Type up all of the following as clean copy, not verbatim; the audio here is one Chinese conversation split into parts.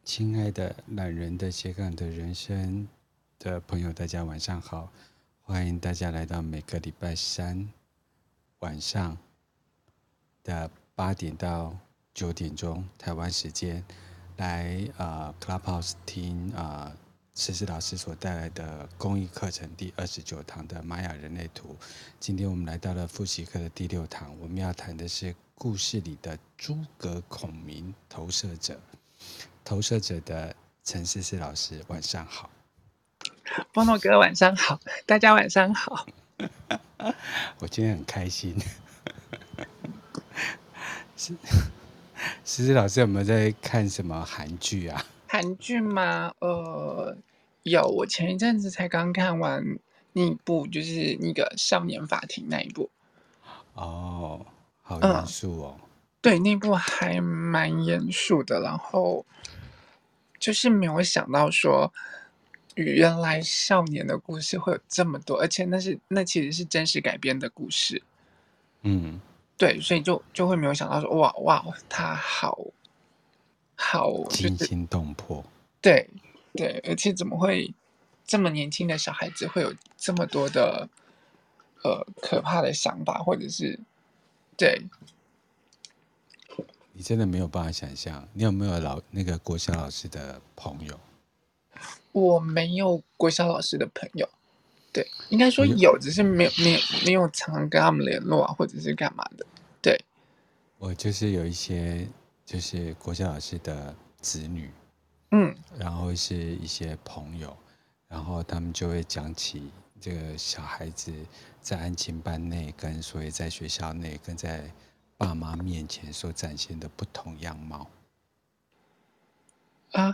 亲爱的懒人的斜杠的人生的朋友，大家晚上好！欢迎大家来到每个礼拜三晚上的8点到9点钟台湾时间，来Clubhouse 听诗诗老师所带来的公益课程第29堂的玛雅人类图。今天我们来到了复习课的第6堂，我们要谈的是故事里的诸葛孔明投射者。投射者的陈诗诗老师，晚上好。 波诺哥晚上好，大家晚上好。 我今天很开心。诗诗老师有没有在看什么韩剧啊？ 韩剧吗？有，我前一阵子才刚看完那一部，就是那个《少年法庭》那一部。 哦，好严肃哦。 对，那部还蛮严肃的，然后就是没有想到说，原来少年的故事会有这么多，而且那其实是真实改编的故事。 嗯， 对，所以就会没有想到说，哇，他好，就是惊心动魄。 对，而且怎么会这么年轻的小孩子会有这么多的可怕的想法，或者是对。 你真的没有办法想象，你有没有那个国小老师的朋友？ 我没有国小老师的朋友，对，应该说我有， 有，只是没有常常跟他们联络啊，或者是干嘛的，对。 我就是有一些就是国小老师的子女， 嗯然后是一些朋友，然后他们就会讲起这个小孩子在安亲班内跟所以在学校内跟在爸妈面前所展现的不同样貌。 啊。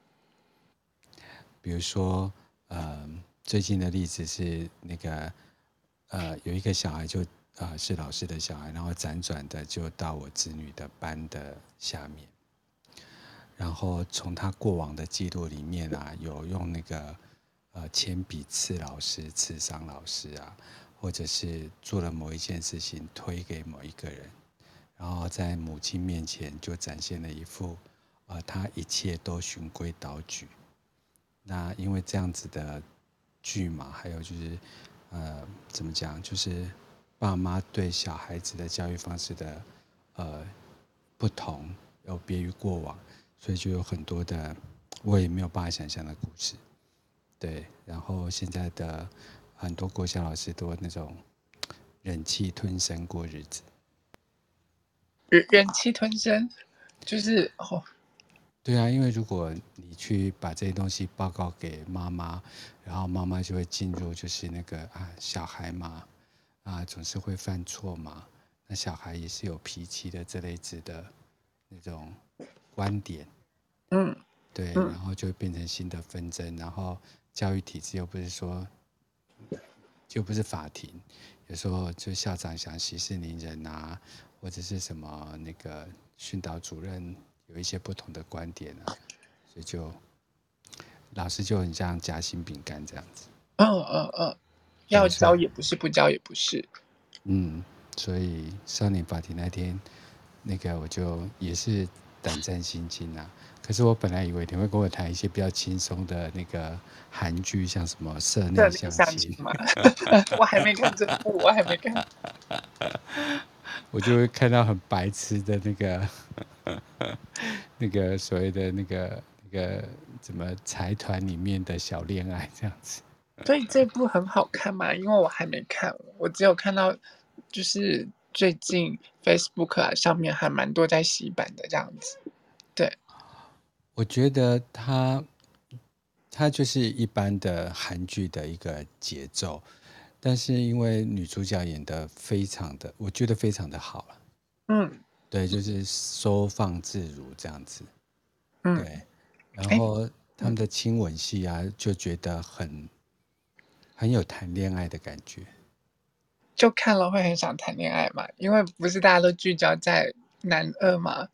比如说，最近的例子是那个有一个小孩是老师的小孩，然后辗转的就到我子女的班的下面。然后从他过往的记录里面啊，有用那个铅笔刺老师、刺伤老师啊，或者是做了某一件事情推给某一个人，然后在母亲面前就展现了一副他一切都循规蹈矩。那因为这样子的剧嘛，还有就是怎么讲，就是爸妈对小孩子的教育方式的不同，有别于过往，所以就有很多的我也没有办法想象的故事。对，然后现在的很多国小老师都那种忍气吞声过日子。 忍气吞声，就是对啊，因为如果你去把这些东西报告给妈妈，然后妈妈就会进入就是那个小孩嘛，总是会犯错嘛，那小孩也是有脾气的这类子的那种观点。 嗯对，然后就会变成新的纷争，然后教育体制又不是说，就不是法庭，有时候就校长想息事宁人啊，或者是什么那个训导主任有一些不同的观点啊，所以就老师就很像夹心饼干这样子。 要对，所以教也不是，不教也不是。 所以少年法庭那天，那个我就也是胆战心惊啊。可是我本来以为你会跟我谈一些比较轻松的那个韩剧，像什么社内这里相亲， 相亲嘛。我还没看这部，我还没看。 我就会看到很白痴的那个那个所谓的那个怎么财团里面的小恋爱这样子。 所以这部很好看嘛？因为我还没看，我只有看到就是最近 Facebook 上面还蛮多在洗版的这样子。对。 我觉得它就是一般的韩剧的一个节奏，但是因为女主角演的非常的，我觉得非常的好了。 嗯对，就是收放自如这样子。 嗯。 对，然哎。 后他们的亲吻戏啊，就觉得很有谈恋爱的感觉。 就看了会很想谈恋爱嘛？因为不是大家都聚焦在男二嘛？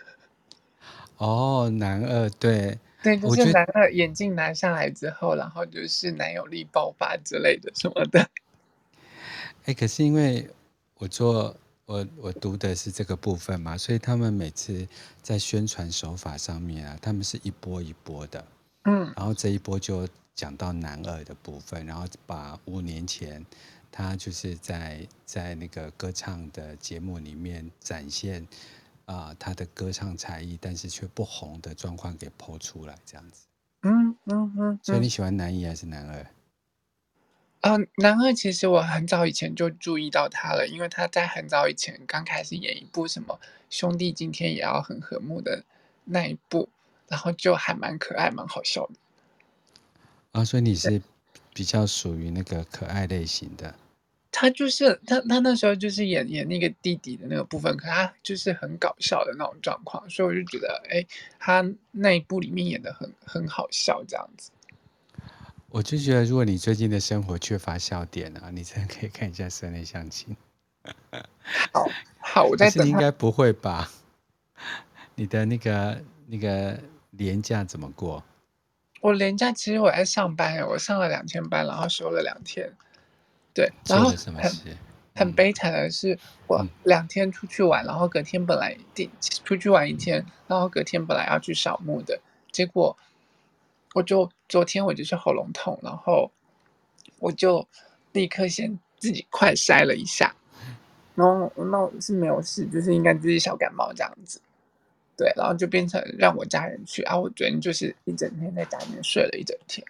哦，男二，对， 对，就是我觉得， 男二眼镜拿下来之后，然后就是男友力爆发之类的什么的。 可是因为我我读的是这个部分嘛，所以他们每次在宣传手法上面啊，他们是一波一波的， 嗯然后这一波就讲到男二的部分，然后把5年前他就是在那个歌唱的节目里面展现他的歌唱才艺，但是却不红的状况给剖出来，这样子。 嗯嗯嗯嗯。 所以你喜欢男一还是男二？ 男二其实我很早以前就注意到他了，因为他在很早以前刚开始演一部什么《兄弟今天也要很和睦》的那一部，然后就还蛮可爱、蛮好笑的。 所以你对， 是比较属于那个可爱类型的。 他那时候就是演那个弟弟的那个部分，可他就是很搞笑的那种状况，所以我就觉得，哎，他那一部里面演的很好笑，这样子。 我就觉得，如果你最近的生活缺乏笑点啊，你真的可以看一下室内相亲。 好，好，我可是在等他。 你应该不会吧？你的那个年假怎么过？ 我连假其实我在上班我上了2天班，然后休了2天。对，然后做了什么事？ 很悲惨的是，我2天出去玩，然后隔天本来出去玩1天，然后隔天本来要去扫墓的，结果昨天我就是喉咙痛，然后我就立刻先自己快筛了一下，然后那是没有事，就是应该就是小感冒这样子。对，然后就变成让我家人去，我昨天就是一整天在家里面睡了一整天。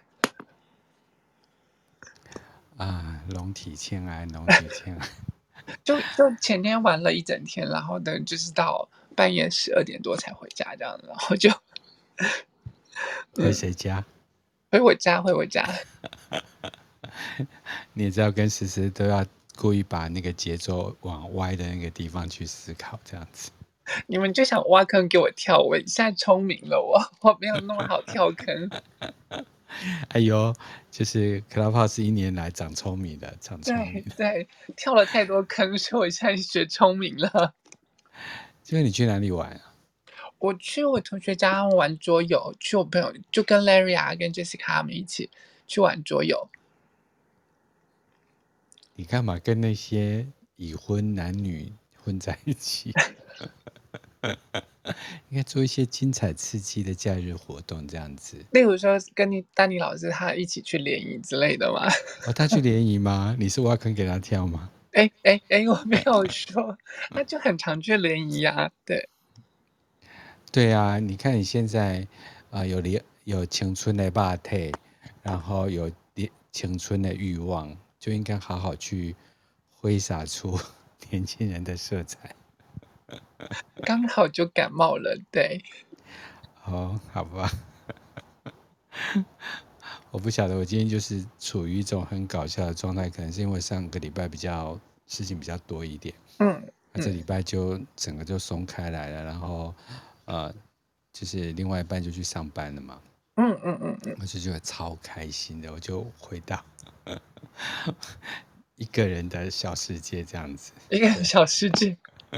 龙体欠安，龙体欠安。 就前天玩了一整天，然后呢，就是到半夜12点多才回家这样子，然后就回谁家？ 回我家。 你也知道，跟思思都要故意把那个节奏往歪的那个地方去思考，这样子。 你们就想挖坑给我跳，我现在聪明了，我没有那么好跳坑。 哎呦，就是 Clubhouse 1年来长聪明了，长聪明了。 对对，跳了太多坑，所以我现在学聪明了。 就是你去哪里玩啊？ 我去我同学家玩桌游，去我朋友就跟 Larry 跟 Jessica 他们一起去玩桌游。 你干嘛跟那些已婚男女混在一起？应该做一些精彩刺激的假日活动，这样子。 例如说跟丹尼老师他一起去联谊之类的嘛。 他去联谊吗？你是挖坑给他跳吗？ 我没有说，他就很常去联谊啊，对。 对啊，你看你现在有青春的霸体，然后有青春的欲望，就应该好好去挥洒出年轻人的色彩。 刚好就感冒了，对。 好吧。我不晓得，我今天就是处于一种很搞笑的状态，可能是因为上个礼拜事情比较多一点， 嗯这礼拜就整个就松开来了，然后就是另外一半就去上班了嘛，我就觉得超开心的，我就回到一个人的小世界这样子。 一个小世界。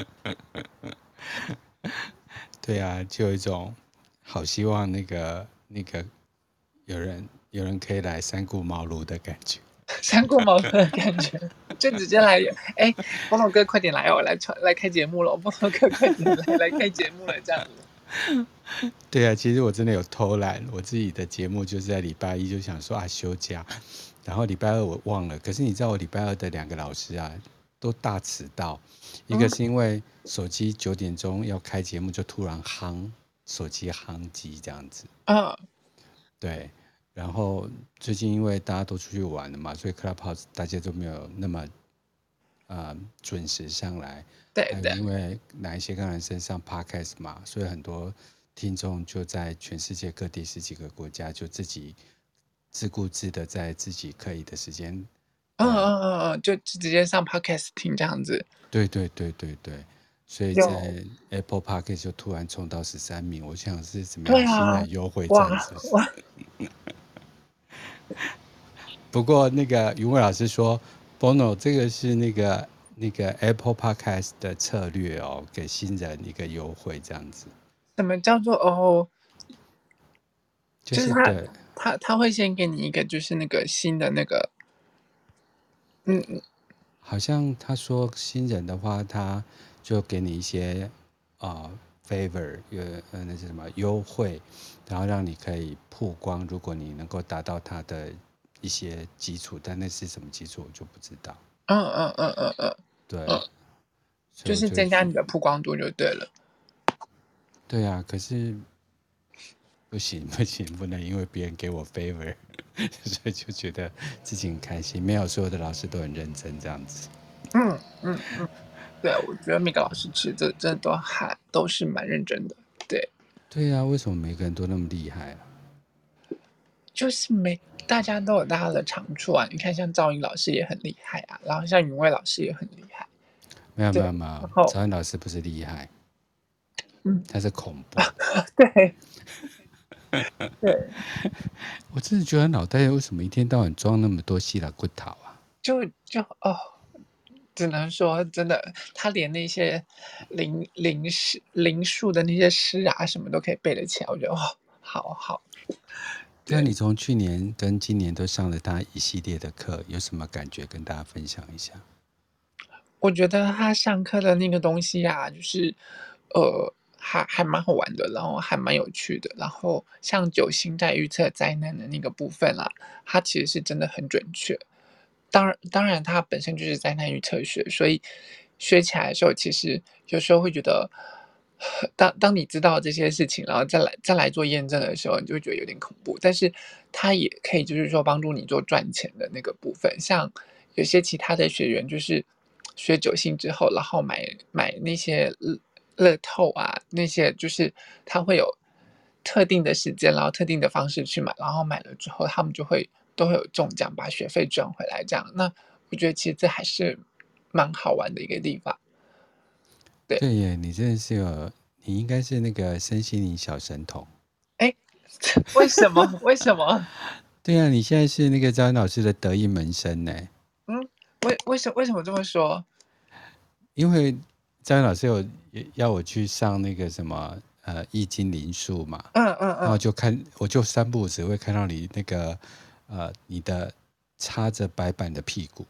对啊，就有一种好希望那个有人可以来三顾茅庐的感觉。 三顾茅庐的感觉，就直接来，波龙哥快点来来开节目了，波龙哥快点来开节目了，这样子。 对啊，其实我真的有偷懒，我自己的节目就是在礼拜一就想说休假，然后礼拜二我忘了。可是你知道我礼拜二的2个老师都大迟到，一个是因为手机9点钟要开节目就突然手机夯机这样子。对，然后最近因为大家都出去玩了嘛，所以 Clubhouse 大家都没有那么准时上来。还有对对。 因为哪一些个人身上 Podcast 嘛，所以很多听众就在全世界各地10几个国家，就自己自顾自的在自己可以的时间。 就直接上 Podcast 听这样子。 对对对对对，所以有。 在 Apple Podcast 就突然冲到13名，我想是怎么样新对啊。 人优惠战哇是不是？ 哇。 不过那个云伟老师说 Bono 这个是那个 Apple Podcast 的策略哦，给新人一个优惠这样子。 什么叫做就就是是对。 他会先给你一个就是那个新的那个。嗯好像他说新人的话，他就给你一些favor，那是什么优惠，然后让你可以曝光，如果你能够达到他的一些基础，但那是什么基础我就不知道。 嗯嗯嗯嗯嗯对， 嗯，就是所以我就增加你的曝光度就对了。 对啊，可是不行不行，不能因为别人给我 favor，所以就觉得自己很开心。没有所有的老师都很认真这样子。 嗯嗯嗯，对，我觉得每个老师其实这真的都是蛮认真的。对， 对啊，为什么每个人都那么厉害啊？ 就是大家都有大家的长处啊。你看，像赵英老师也很厉害啊，然后像云蔚老师也很厉害。 没有没对， 有没有， 然后曹恩老师不是厉害， 嗯， 他是恐怖。 对对， 我真的觉得他脑袋为什么一天到晚装那么多稀拉骨头啊？ 就只能说真的，他连那些灵数的那些诗啊，什么都可以背得起来。我觉得好好， 对啊，你对。 从去年跟今年都上了他一系列的课，有什么感觉跟大家分享一下？ 我觉得他上课的那个东西呀，就是，还蛮好玩的，然后还蛮有趣的。然后像九星在预测灾难的那个部分啦，它其实是真的很准确。当然它本身就是灾难预测学，所以学起来的时候，其实有时候会觉得，当你知道这些事情，然后再来做验证的时候，你就会觉得有点恐怖。但是它也可以就是说帮助你做赚钱的那个部分，像有些其他的学员就是学九星之后，然后买那些乐透啊，那些就是他会有特定的时间，然后特定的方式去买，然后买了之后，他们都会有中奖，把学费赚回来这样。那我觉得其实这还是蛮好玩的一个地方。对， 对耶，你真的是你应该是那个身心灵小神童。 哎，为什么？为什么？ 对啊，你现在是那个张老师的得意门生呢。 嗯，为什么这么说？ 因为张老师要我去上那个什么易经灵数嘛， 嗯嗯嗯， 然后我就三不五时会看到你那个你的插着白板的屁股。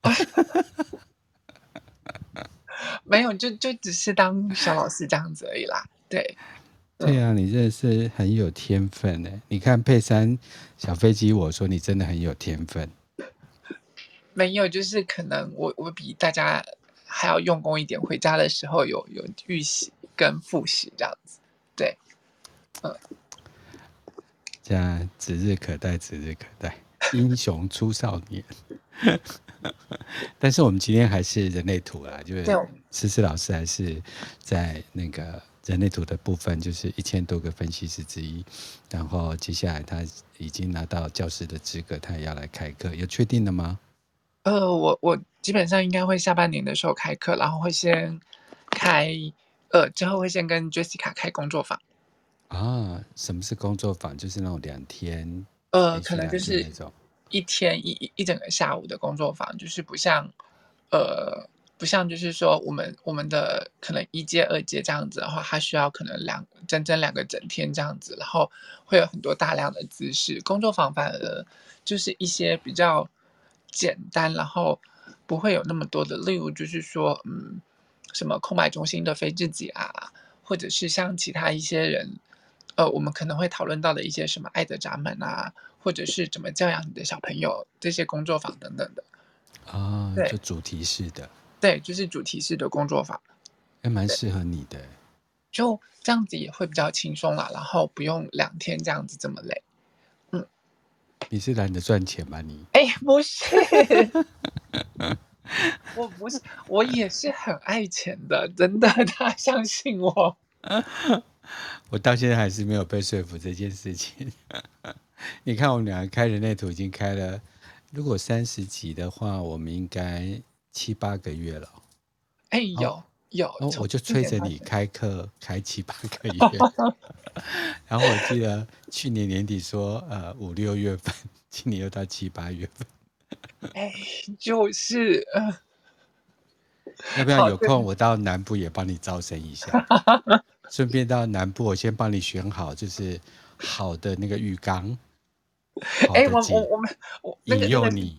没有，就只是当小老师这样子而已啦。对，嗯。 对啊，你真的是很有天分呢。你看佩珊小飞机，我说你真的很有天分。 没有，就是可能我比大家还要用功一点，回家的时候有预习跟复习这样子。对，嗯， 这样指日可待，指日可待，英雄出少年。但是我们今天还是人类图啦，就是对， 思思老师还是在那个人类图的部分，就是1000多个分析师之一。然后接下来他已经拿到教师的资格，他也要来开课，有确定的吗？ 我基本上应该会下半年的时候开课，然后会先开，之后会先跟 Jessica 开工作坊。 啊，什么是工作坊？就是那种2天连可续两能就是天那种。 一天一整个下午的工作坊，就是呃，不像就是说我们的可能一阶、二阶这样子的话，它需要可能整整2个整天这样子，然后会有很多大量的知识。工作坊反而就是一些比较简单，然后不会有那么多的，例如就是说，什么空白中心的非自己啊，或者是像其他一些人，我们可能会讨论到的一些什么爱的闸门啊，或者是怎么教养你的小朋友这些工作坊等等的。 啊，就对主题式的， 对，就是主题式的工作坊， 还蛮对， 适合你的。 就这样子也会比较轻松啦，然后不用2天这样子这么累。嗯， 你是懒得赚钱吗你？ 哎，不是，我不是，我也是很爱钱的，真的，他相信我。 我到现在还是没有被说服这件事情。你看，我们两个开人类图已经开了，如果30集的话，我们应该7、8个月了。 哎， 然后， 有，从我就去催着你年到现在， 开课开7、8个月。然后我记得去年年底说，5、6月份，今年又到7、8月份。 哎，就是， 要不要好，对， 有空我到南部也帮你招生一下？顺便到南部，我先帮你选好，就是好的那个浴缸，好哎， 的景， 我们那引个诱你。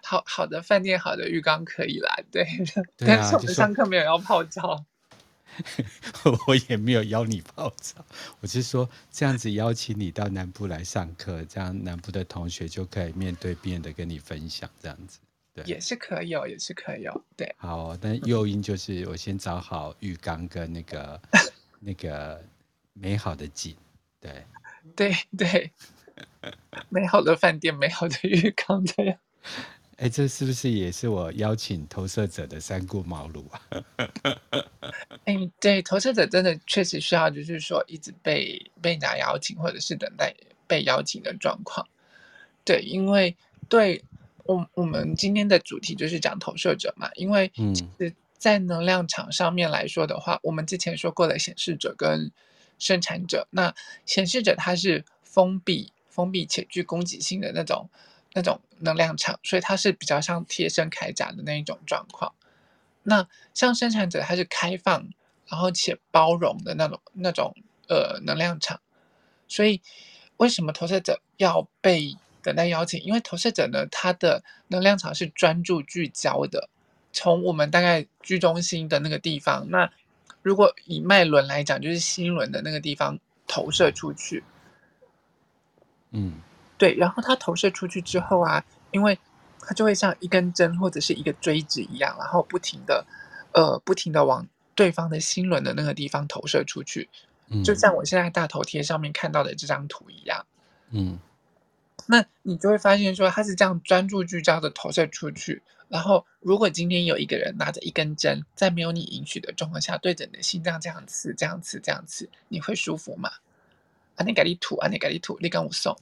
好的饭店、好的浴缸可以啦，对。 对啊， 但是我们就说上课没有要泡澡。 我也没有邀你泡澡，我是说这样子邀请你到南部来上课，这样南部的同学就可以面对面的跟你分享这样子。对， 也是可以哦，也是可以哦，对。 好哦，但诱因就是我先找好浴缸跟那个美好的景，对。 对对，美好的饭店、美好的浴缸这样。 哎，这是不是也是我邀请投射者的三顾茅庐啊？ 哎，对，投射者真的确实需要，就是说一直被人家邀请，或者是等待被邀请的状况。对，因为对我们今天的主题就是讲投射者嘛，因为其嗯实在能量场上面来说的话，我们之前说过了显示者跟生产者。那显示者它是封闭且具攻击性的那种能量场，所以它是比较像贴身铠甲的那一种状况。那像生产者，它是开放，然后且包容的那种能量场。所以为什么投射者要被等待邀请？因为投射者呢，他的能量场是专注聚焦的，从我们大概居中心的那个地方，那如果以脉轮来讲，就是心轮的那个地方投射出去。 嗯对，然后它投射出去之后啊，因为它就会像一根针或者是一个锥子一样，然后不停的往对方的心轮的那个地方投射出去，就嗯像我现在大头贴上面看到的这张图一样。 嗯那你就会发现说，它是这样专注聚焦的投射出去。然后，如果今天有一个人拿着一根针，在没有你允许的状况下，对着你的心脏这样刺、这样刺、这样刺，你会舒服吗？啊，你给你吐，啊，你给你吐，你跟我送，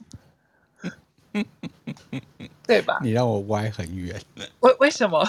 对吧？ 你让我歪很远。 为什么？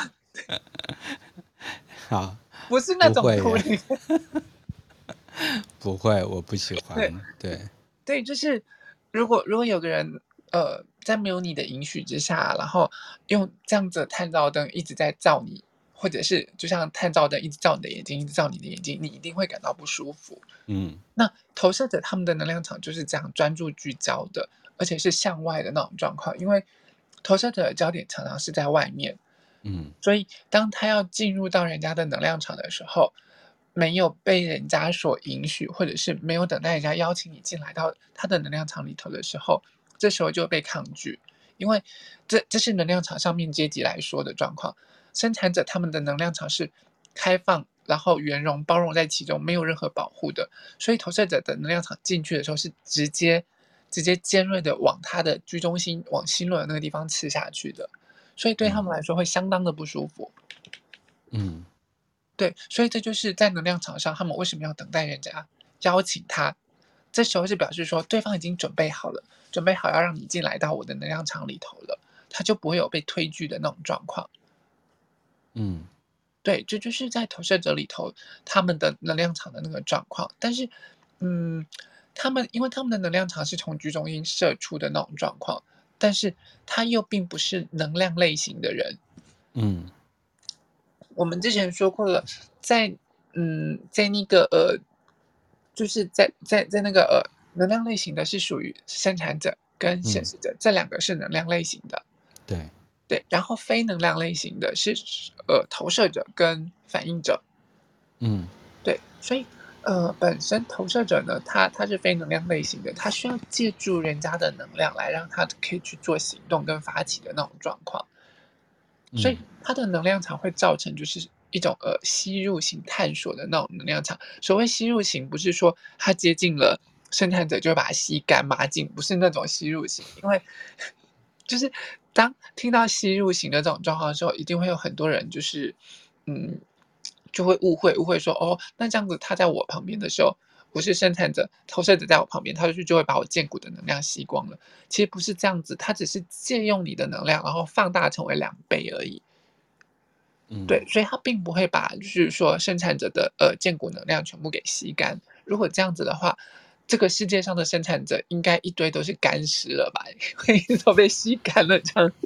好， 不是那不种会耶， 图里面。 不会，我不喜对欢。对， 对，就是如果有个人在没有你的允许之下，然后用这样子的探照灯一直在照你，或者是就像探照灯一直照你的眼睛，一直照你的眼睛，你一定会感到不舒服。 嗯那投射者他们的能量场就是这样专注聚焦的，而且是向外的那种状况，因为投射者的焦点常常是在外面。 嗯所以当他要进入到人家的能量场的时候，没有被人家所允许，或者是没有等待人家邀请你进来到他的能量场里头的时候，这时候就会被抗拒。因为这是能量场上面阶级来说的状况。生产者他们的能量场是开放，然后圆融包容在其中，没有任何保护的。所以投射者的能量场进去的时候是直接尖锐的往他的居中心往心轮的那个地方刺下去的。所以对他嗯们来说会相当的不舒服。 嗯对，所以这就是在能量场上，他们为什么要等待人家邀请他，这时候是表示说对方已经准备好了，准备好要让你进来到我的能量场里头了，他就不会有被推拒的那种状况。 嗯对，这就是在投射者里头他们的能量场的那个状况。但是，嗯，因为他们的能量场是从居中心射出的那种状况，但是他又并不是能量类型的人。 嗯我们之前说过了，在在那个就是在那个能量类型的是属于生产者跟显嗯， 示者，这两个是能量类型的。 对， 对，然后非能量类型的是投射者跟反应者。 嗯对，所以本身投射者呢，他是非能量类型的，他需要借助人家的能量来让他可以去做行动跟发起的那种状况。所以嗯它的能量场会造成就是一种吸入型探索的那种能量场。所谓吸入型，不是说它接近了生产者就会把它吸干抹净，不是那种吸入型。因为就是当听到吸入型的这种状况的时候，一定会有很多人就是嗯就会误会说哦，那这样子他在我旁边的时候。我是生产者，投射者在我旁边，他就会把我剑骨的能量吸光了。其实不是这样子，它只是借用你的能量，然后放大成为2倍而已。 嗯对，所以它并不会把就是说生产者的剑骨能量全部给吸干。如果这样子的话，这个世界上的生产者应该一堆都是干尸了吧？因为都被吸干了这样。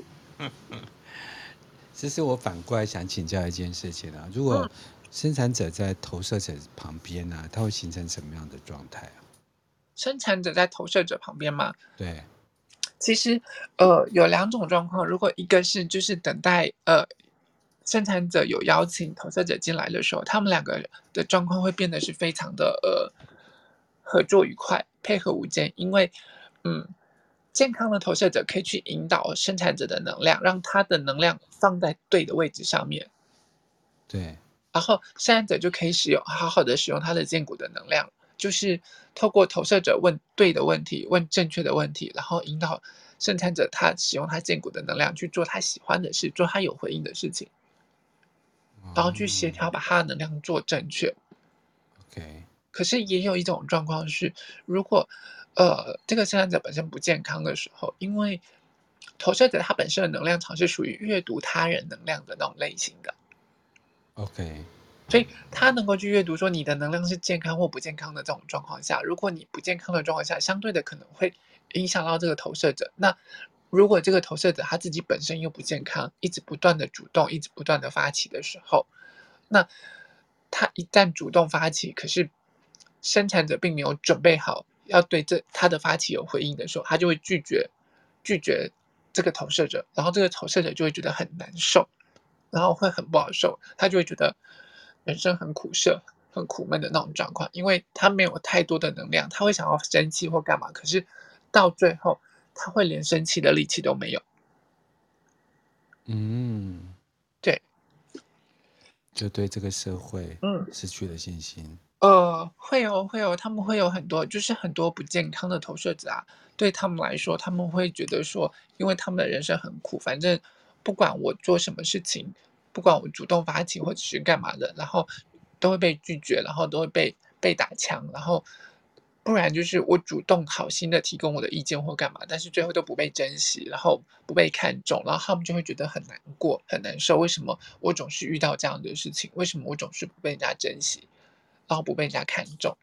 其实我反过来想请教一件事情啊，如果嗯， 生产者在投射者旁边呢、它会形成什么样的状态啊？ 生产者在投射者旁边嘛， 对， 其实，有两种状况，如果一个是就是等待生产者有邀请投射者进来的时候，他们两个的状况会变得是非常的合作愉快，配合无间，因为嗯，健康的投射者可以去引导生产者的能量，让他的能量放在对的位置上面。 对， 然后生产者就可以好好的使用他的剑骨的能量，就是透过投射者问对的问题，问正确的问题，然后引导生产者他使用他剑骨的能量去做他喜欢的事，做他有回应的事情，然后去协哦调把他的能量做正确。 ，OK， 可是也有一种状况是，如果这个生产者本身不健康的时候，因为投射者他本身的能量场是属于阅读他人能量的那种类型的。 OK， 所以他能够去阅读说你的能量是健康或不健康的这种状况下，如果你不健康的状况下，相对的可能会影响到这个投射者。那如果这个投射者他自己本身又不健康，一直不断的主动，一直不断的发起的时候，那他一旦主动发起，可是生产者并没有准备好要对他的发起有回应的时候，他就会拒绝这个投射者，然后这个投射者就会觉得很难受。然后会很不好受，他就会觉得人生很苦涩、很苦闷的那种状况，因为他没有太多的能量，他会想要生气或干嘛，可是到最后他会连生气的力气都没有。 嗯， 对， 就对这个社会嗯。 失去了信心。 会有，他们会有很多，就是很多不健康的投射者啊，对他们来说，他们会觉得说，因为他们的人生很苦，反正不管我做什么事情，不管我主动发起或者是干嘛的，然后都会被拒绝，然后都会被打枪，然后不然就是我主动好心的提供我的意见或干嘛，但是最后都不被珍惜，然后不被看重，然后他们就会觉得很难过、很难受。为什么我总是遇到这样的事情？为什么我总是不被人家珍惜？然后不被人家看重。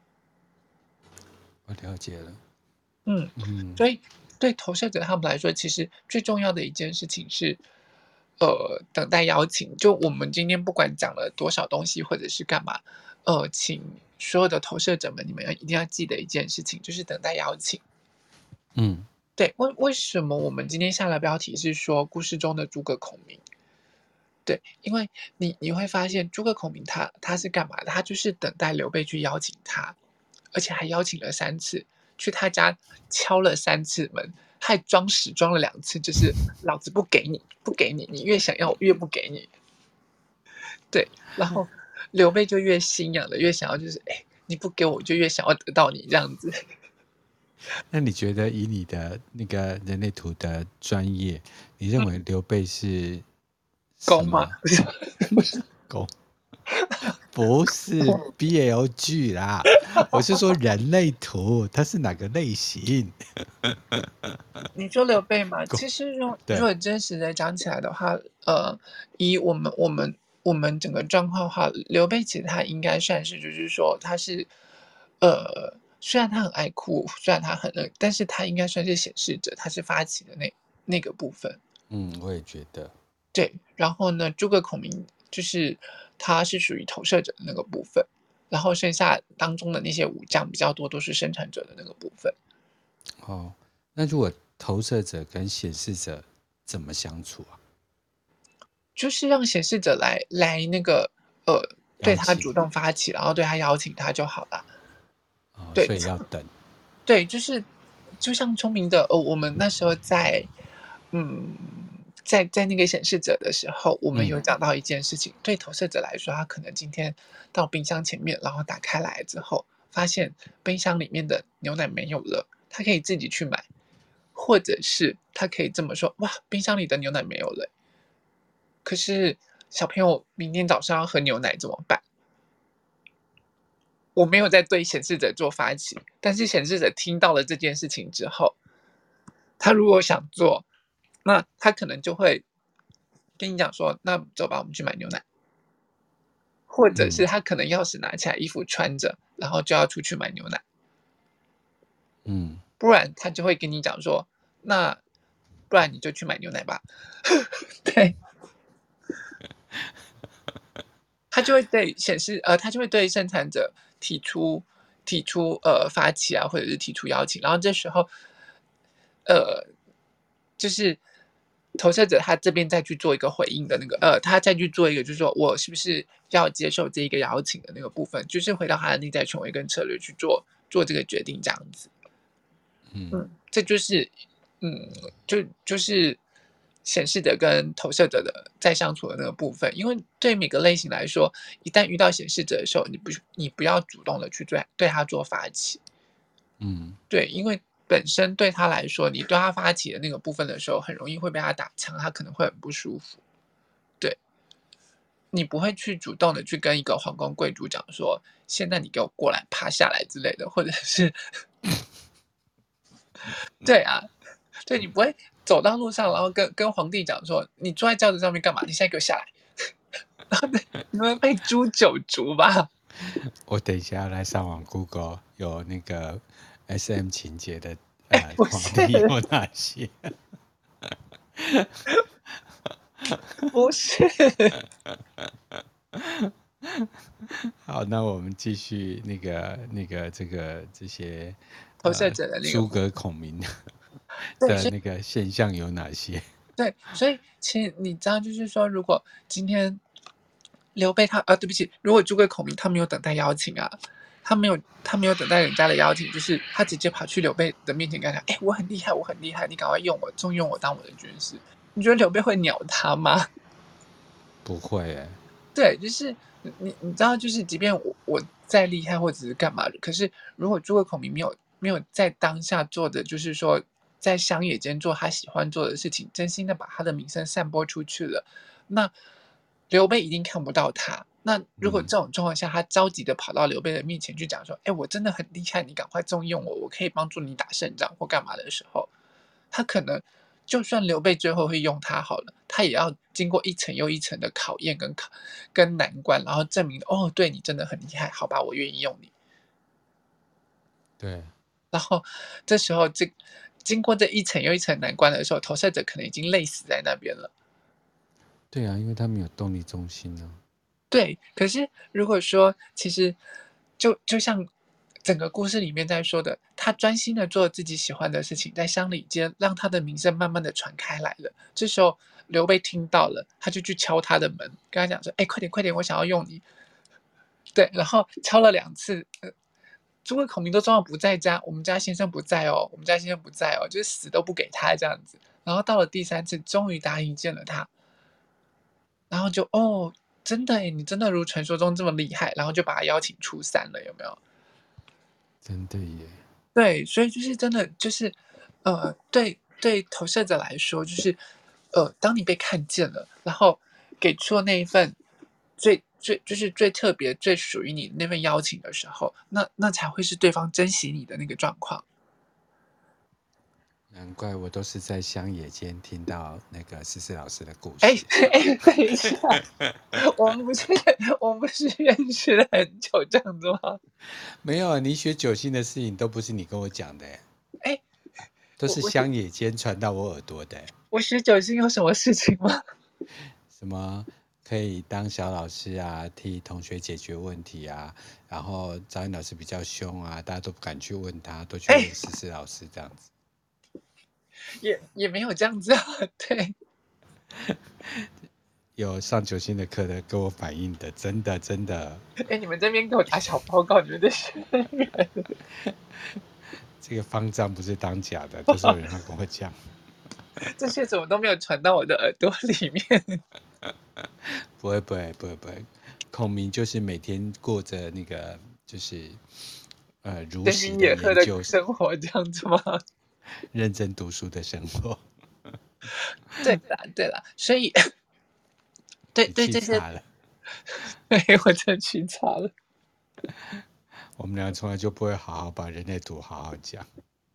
我了解了。 嗯， 嗯所以对投射者他们来说，其实最重要的一件事情是，等待邀请。就我们今天不管讲了多少东西，或者是干嘛，请所有的投射者们，你们一定要记得一件事情，就是等待邀请。 嗯对，为什么我们今天下的标题是说故事中的诸葛孔明？对，因为你会发现诸葛孔明他是干嘛的？他就是等待刘备去邀请他，而且还邀请了3次，去他家敲了3次门，还装死装了2次，就是老子不给你，不给你，你越想要我越不给你。对，然后刘备就越心痒的，越想要就是，哎，你不给我，我就越想要得到你这样子。 那你觉得以你的那个人类图的专业，你认为刘备是什攻吗？ 么不是，不是， 狗？不是 BLG 啦，我是说人类图，它是哪个类型？ 你说刘备嘛， 狗， 其实如对， 果真实的讲起来的话，以我们整个状况的话，刘备其实他应该算是就是说他是，虽然他很爱哭，虽然他很但是他应该算是显示者，他是发起的那个部分。 嗯，我也觉得， 对，然后呢，诸葛孔明就是他是属于投射者的那个部分，然后剩下当中的那些武将比较多都是生产者的那个部分。 哦，那如果投射者跟显示者怎么相处啊？ 就是让显示者来那个对邀请他主动发起，然后对他邀请他就好了。 哦， 对， 所以要等， 对，就是就像聪明的我们那时候嗯，在那个显示者的时候，我们嗯有讲到一件事情，对投射者来说，他可能今天到冰箱前面，然后打开来之后，发现冰箱里面的牛奶没有了，他可以自己去买，或者是他可以这么说：“哇，冰箱里的牛奶没有了，可是小朋友明天早上要喝牛奶怎么办？”我没有在对显示者做发起，但是显示者听到了这件事情之后，他如果想做，那他可能就会跟你讲说：“那走吧，我们去买牛奶。”或者是嗯他可能钥匙拿起来，衣服穿着，然后就要出去买牛奶， 嗯不然他就会跟你讲说：“那不然你就去买牛奶吧。”对，他就会对他就会对生产者提出发起啊，或者是提出邀请，然后这时候呃，就是投射者他这边再去做一个回应的那个，他再去做一个，就是说我是不是要接受这一个邀请的那个部分，就是回到他的内在权威跟策略去做这个决定，这样子。这就是就是显示者跟投射者的在相处的那个部分。因为对每个类型来说，一旦遇到显示者的时候，你不要主动的去对他做发起。对，因为本身对他来说，你对他发起的那个部分的时候，很容易会被他打枪，他可能会很不舒服。对，你不会去主动的去跟一个皇宫贵族讲说，现在你给我过来趴下来之类的，或者是对啊，对你不会走到路上，然后跟皇帝讲说，你坐在轿子上面干嘛？你现在给我下来。然后你会被诛九族吧？ 我等一下来上网 Google 有那个 SM 情节的不皇帝是， 有哪些？ 不是。 好，那我们继续这些投射者的那个部分。 诸葛孔明对， 的所以那个现象有哪些？ 对，所以其实你知道，就是说，如果今天刘备他对不起，如果诸葛孔明他没有等待邀请啊，他没有等待人家的邀请，就是他直接跑去刘备的面前跟他讲，我很厉害，我很厉害，你赶快用我，重用我当我的军师。你觉得刘备会鸟他吗？ 不会对，就是你知道，就是即便我再厉害或者是干嘛的，可是如果诸葛孔明没有在当下做的，就是说在乡野间做他喜欢做的事情，真心的把他的名声散播出去了，那刘备一定看不到他。那如果这种状况下，他着急的跑到刘备的面前去讲说：“我真的很厉害，你赶快重用我，我可以帮助你打胜仗或干嘛的时候，他可能就算刘备最后会用他好了，他也要经过一层又一层的考验跟难关，然后证明对你真的很厉害，好吧，我愿意用你。 对然后这时候经过这一层又一层难关的时候，投射者可能已经累死在那边了。 对啊，因为他没有动力中心啊。 对，可是如果说其实就像整个故事里面在说的，他专心的做自己喜欢的事情，在乡里间让他的名声慢慢的传开来了。这时候刘备听到了，他就去敲他的门，跟他讲说：快点快点，我想要用你。对，然后敲了2次，诸葛孔明都装到不在家，我们家先生不在哦，我们家先生不在哦，就是死都不给他这样子。然后到了第3次，终于答应见了他，然后就真的诶，你真的如传说中这么厉害，然后就把他邀请出山了，有没有？ 真的耶。 对，所以就是真的就是，对投射者来说，就是，当你被看见了，然后给出了那一份就是最特别、最属于你的那份邀请的时候，那才会是对方珍惜你的那个状况。 难怪我都是在乡野间听到那个思思老师的故哎事。 等一下，我们不是认识了很久这样子吗？ 没有啊，你学九星的事情都不是你跟我讲的， 哎， 都是我我学乡野间传到我耳朵的。 我学九星有什么事情吗？ 什么可以当小老师啊，替同学解决问题啊，然后找你老师比较凶啊，大家都不敢去问他，都去问思思老师这样子。 也没有这样子啊，对。 有上九星的课的跟我反映的，真的真的。 你们这边给我打小报告，你们这些人。 这个方丈不是当假的，都是有人要跟我讲。 这些怎么都没有传到我的耳朵里面？ 不会，孔明就是每天过着那个就是如闲实云野鹤的的研究、 生活这样子吗？ 认真读书的生活。 对啦，对啦，所以对你对这些， 气炸了。 我真去查了。 我们俩从来就不会好好把人类图好好讲。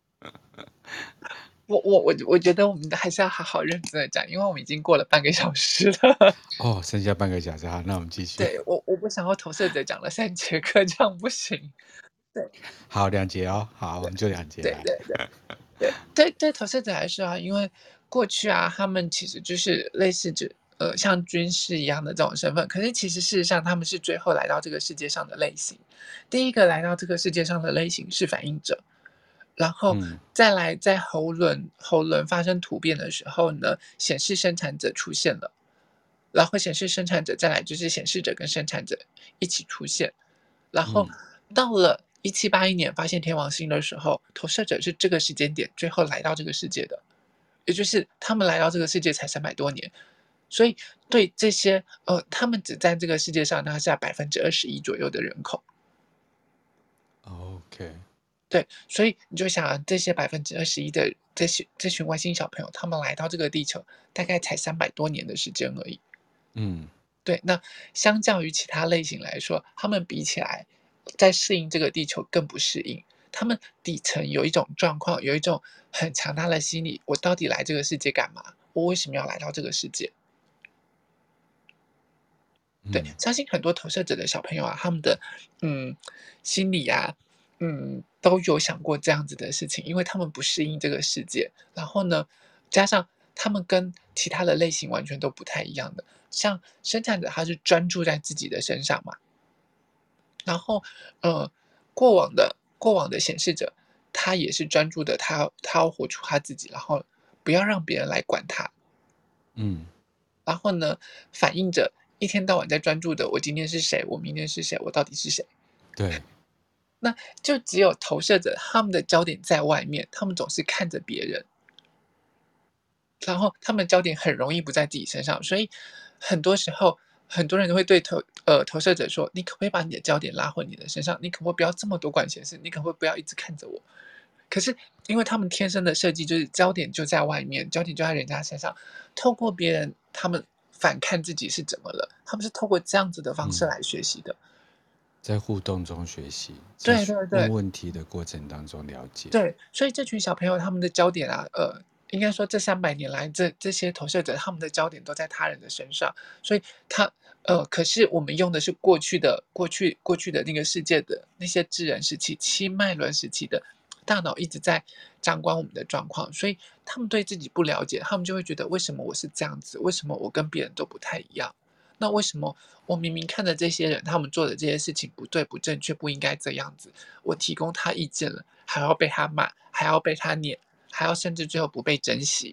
我觉得我们还是要好好认真的讲，因为我们已经过了半个小时了。 哦，剩下半个小时，好，那我们继续。 对，我不想要投射者讲了3节课，这样不行。对好，2节哦，好，我们就2节对来。 对对对，投射者来说啊，因为过去啊，他们其实就是类似像军师一样的这种身份，可是其实事实上他们是最后来到这个世界上的类型。第一个来到这个世界上的类型是反应者， 然后嗯再来在喉轮发生突变的时候呢，显示生产者出现了，然后显示生产者，再来就是显示者跟生产者一起出现，然后嗯到了1781年发现天王星的时候，投射者是这个时间点最后来到这个世界的，也就是他们来到这个世界才300多年，所以对这些他们只在这个世界上拿下21%左右的人口。 ，OK， 对，所以你就想啊，这些21%的这群外星小朋友，他们来到这个地球，大概才300多年的时间而已。 嗯对，那相较于其他类型来说，他们比起来，在适应这个地球更不适应。他们底层有一种状况，有一种很强大的心理：我到底来这个世界干嘛？我为什么要来到这个世界？对， 嗯相信很多投射者的小朋友啊，他们的嗯心理啊，都有想过这样子的事情，因为他们不适应这个世界，然后呢，加上他们跟其他的类型完全都不太一样的，像生产者他是专注在自己的身上嘛，然后呃过往的显示者，他也是专注的，他要活出他自己，然后不要让别人来管他， 嗯， 然后呢，反映着一天到晚在专注的，我今天是谁，我明天是谁，我到底是谁？ 对， 那就只有投射者，他们的焦点在外面，他们总是看着别人，然后他们焦点很容易不在自己身上，所以很多时候，很多人都会对投射者说："你可不可以把你的焦点拉回你的身上？你可不可以不要这么多管闲事？你可不可以不要一直看着我？"可是因为他们天生的设计就是焦点就在外面，焦点就在人家身上，透过别人，他们反看自己是怎么了，他们是透过这样子的方式嗯， 来学习的。 在互动中学习，在问对对对问题的过程当中了解。 对，所以这群小朋友他们的焦点啊，应该说这300年来，这些投射者他们的焦点都在他人的身上，所以可是我们用的是过去的那个世界的那些智人时期、七脉轮时期的大脑一直在掌管我们的状况，所以他们对自己不了解，他们就会觉得为什么我是这样子，为什么我跟别人都不太一样？那为什么我明明看着这些人，他们做的这些事情不对、不正确、不应该这样子？我提供他意见了，还要被他骂，还要被他撵，还要甚至最后不被珍惜。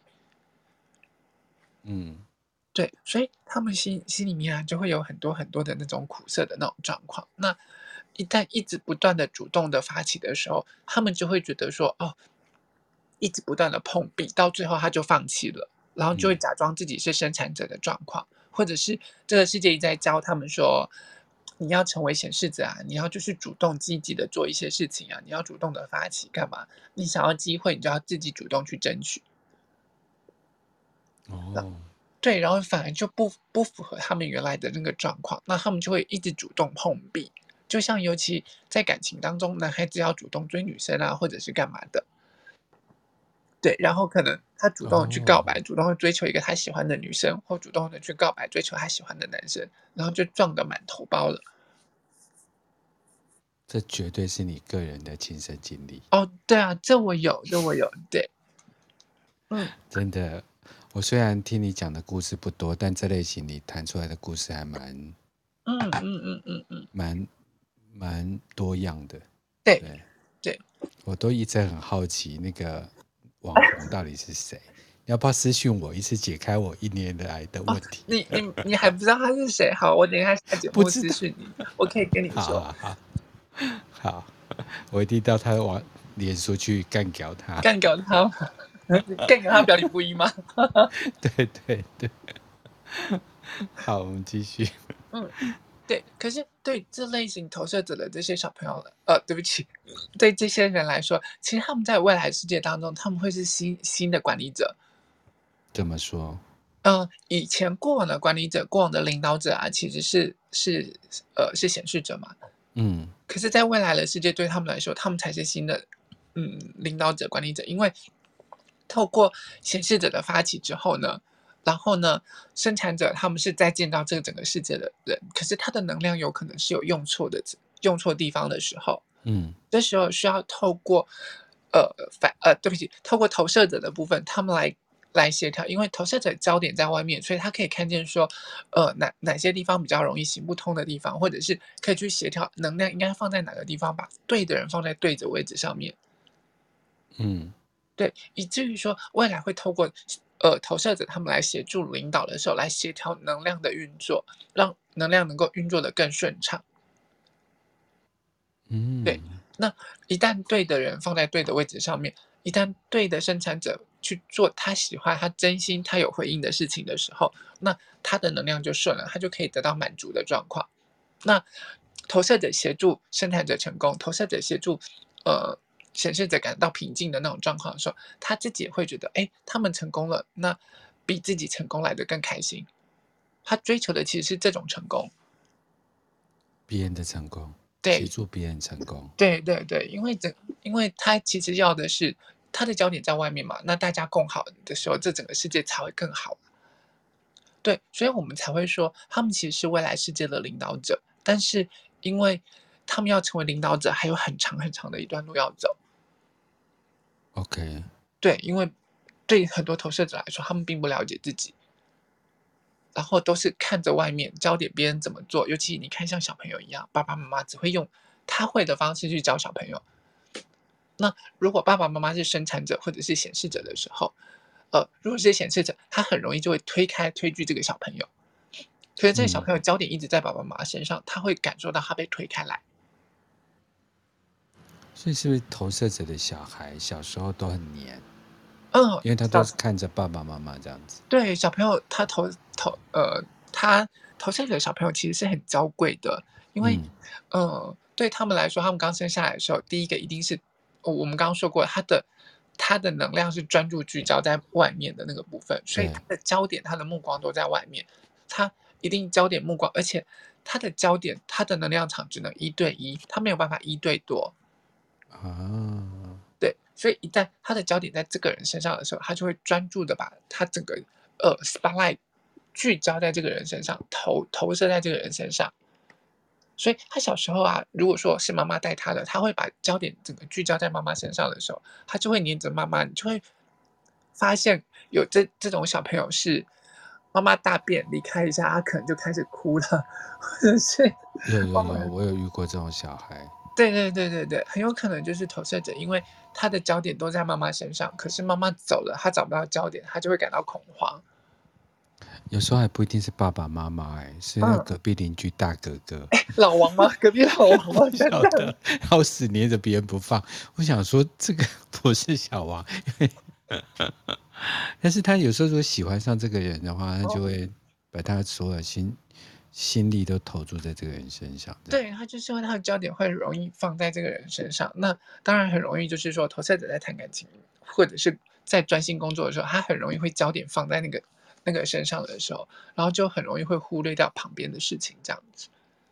嗯对，所以他们心里面啊，就会有很多很多的那种苦涩的那种状况。那一旦一直不断的主动的发起的时候，他们就会觉得说，哦，一直不断的碰壁，到最后他就放弃了，然后就会嗯， 假装自己是生产者的状况，或者是这个世界一直在教他们说，你要成为显示者啊，你要就是主动积极的做一些事情啊，你要主动的发起干嘛？你想要机会，你就要自己主动去争取。 哦， 对，然后反而就不符合他们原来的那个状况，那他们就会一直主动碰壁。就像尤其在感情当中，男孩子要主动追女生啊，或者是干嘛的，对，然后可能他主动地去告哦， 白，主动地追求一个他喜欢的女生，或主动的去告白追求他喜欢的男生，然后就撞得满头包了。 这绝对是你个人的亲身经历， 哦，对啊，这我有，对，嗯真的。我虽然听你讲的故事不多，但这类型你谈出来的故事还嗯， 蛮蛮多样的。 对对， 对。 我都一直很好奇那个网红到底是谁。你要不要私讯我，一次解开我1年来的哦， 问题？ 你还不知道他是谁？好，我等一下下节目不知道。 私讯你，我可以跟你说， 好好好好，我一定到他往脸书去干掉他。 干掉他，干掉他表里不一吗？ 对对对，好，我们继续。 嗯，对。可是对这类型投射者的这些小朋友，对不起，对这些人来说，其实他们在未来世界当中，他们会是新的管理者。 怎么说？ 以前过往的管理者、过往的领导者啊，其实是显示者嘛。 嗯可是，在未来的世界对他们来说，他们才是新的领导者、管理者，因为透过显示者的发起之后呢，然后呢，生产者他们是在建造这个整个世界的人，可是他的能量有可能是有用错地方的时候， 嗯这时候需要透过对不起，透过投射者的部分，他们来协调，因为投射者焦点在外面，所以他可以看见说，哪些地方比较容易行不通的地方，或者是可以去协调能量应该放在哪个地方，把对的人放在对的位置上面。 嗯对，以至于说未来会透过投射者他们来协助领导的时候，来协调能量的运作，让能量能够运作的更顺畅。对， 嗯那一旦对的人放在对的位置上面，一旦对的生产者去做他喜欢、他真心、他有回应的事情的时候，那他的能量就顺了，他就可以得到满足的状况。那投射者协助生产者成功，投射者协助呃显示者感到平静的那种状况的时候，他自己也会觉得，哎，他们成功了，那比自己成功来的更开心。他追求的其实是这种成功。 别人的成功，协对， 助别人成功。 对对对，因为他其实要的是他的焦点在外面嘛，那大家共好的时候，这整个世界才会更好。对，所以我们才会说，他们其实是未来世界的领导者，但是因为他们要成为领导者，还有很长很长的一段路要走。 OK， 对，因为对很多投射者来说，他们并不了解自己，然后都是看着外面焦点别人怎么做，尤其你看像小朋友一样，爸爸妈妈只会用他会的方式去教小朋友。那如果爸爸妈妈是生产者或者是显示者的时候，如果是显示者，他很容易就会推拒这个小朋友。可是这个小嗯， 朋友焦点一直在爸爸妈妈身上，他会感受到他被推开来。 所以是不是投射者的小孩小时候都很黏， 嗯， 因为他都是看着爸爸妈妈这样子。 对，小朋友他投射者小朋友其实是很娇贵的，因为嗯， 对他们来说，他们刚生下来的时候，第一个一定是我们刚刚说过，他的能量是专注聚焦在外面的那个部分，所以他对的焦点、他的目光都在外面，他一定焦点目光，而且他的焦点、他的能量场只能一对一，他没有办法一对多。 啊， 对，所以一旦他的焦点在这个人身上的时候，他就会专注的把他整个spotlight 聚焦在这个人身上，投射在这个人身上。所以他小时候啊，如果说是妈妈带他的，他会把焦点整个聚焦在妈妈身上的时候，他就会黏着妈妈。你就会发现有这种小朋友是妈妈大便离开一下，他可能就开始哭了，或者是有有有， 妈妈我有遇过这种小孩。 对对对对对，很有可能就是投射者，因为他的焦点都在妈妈身上，可是妈妈走了，他找不到焦点，他就会感到恐慌。 有时候还不一定是爸爸妈妈，是那嗯， 隔壁邻居大哥哥。 老王吗？隔壁老王吗？ 不真的。 晓得，好死黏着别人不放。我想说这个不是小王，因为但是他有时候如果喜欢上这个人的话，他就哦， 会把他所有心力都投注在这个人身上，这样。 对，他就是因为他的焦点会容易放在这个人身上，那当然很容易就是说投射者在谈感情，或者是在专心工作的时候，他很容易会焦点放在那个身上的时候，然后就很容易会忽略掉旁边的事情，这样子。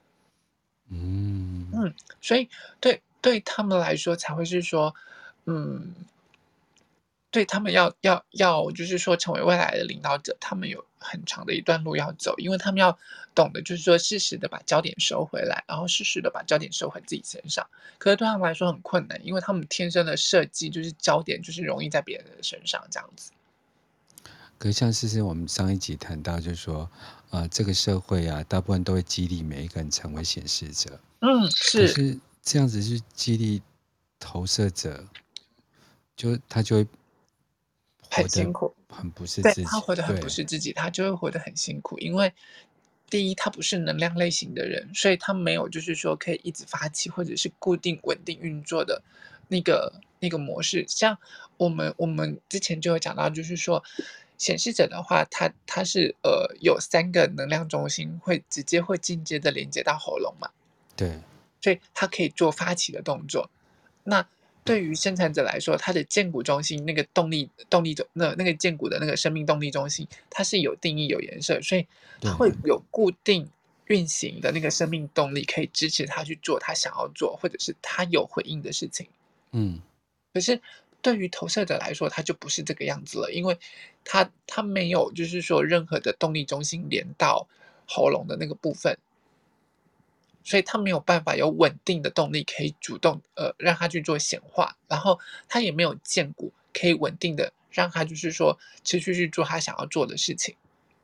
嗯， 所以对他们来说才会是说，嗯，对他们要就是说成为未来的领导者，他们有很长的一段路要走，因为他们要懂得就是说适时的把焦点收回来，然后适时的把焦点收回自己身上。可是对他们来说很困难，因为他们天生的设计就是焦点就是容易在别人的身上这样子。 可是像是我们上一集谈到，就是说，这个社会啊，大部分都会激励每一个人成为显示者， 嗯，是， 可是这样子去激励投射者，他就会活得很辛苦。 很不是对， 自己。 他活得很不对， 是自己，他就会活得很辛苦。因为第一，他不是能量类型的人，所以他没有就是说可以一直发起或者是固定稳定运作的那个模式。像我们之前就有讲到，就是说显示者的话，他是有3个能量中心会直接会间接的连接到喉咙嘛。 对， 所以他可以做发起的动作。那对于生产者来说，他的剑骨中心那个动力中那个剑骨的那个生命动力中心，它是有定义、有颜色，所以它对， 会有固定运行的那个生命动力，可以支持他去做他想要做，或者是他有回应的事情。 嗯， 可是对于投射者来说，他就不是这个样子了，因为他没有就是说任何的动力中心连到喉咙的那个部分，所以他没有办法有稳定的动力可以主动让他去做显化，然后他也没有荐股可以稳定的让他就是说持续去做他想要做的事情。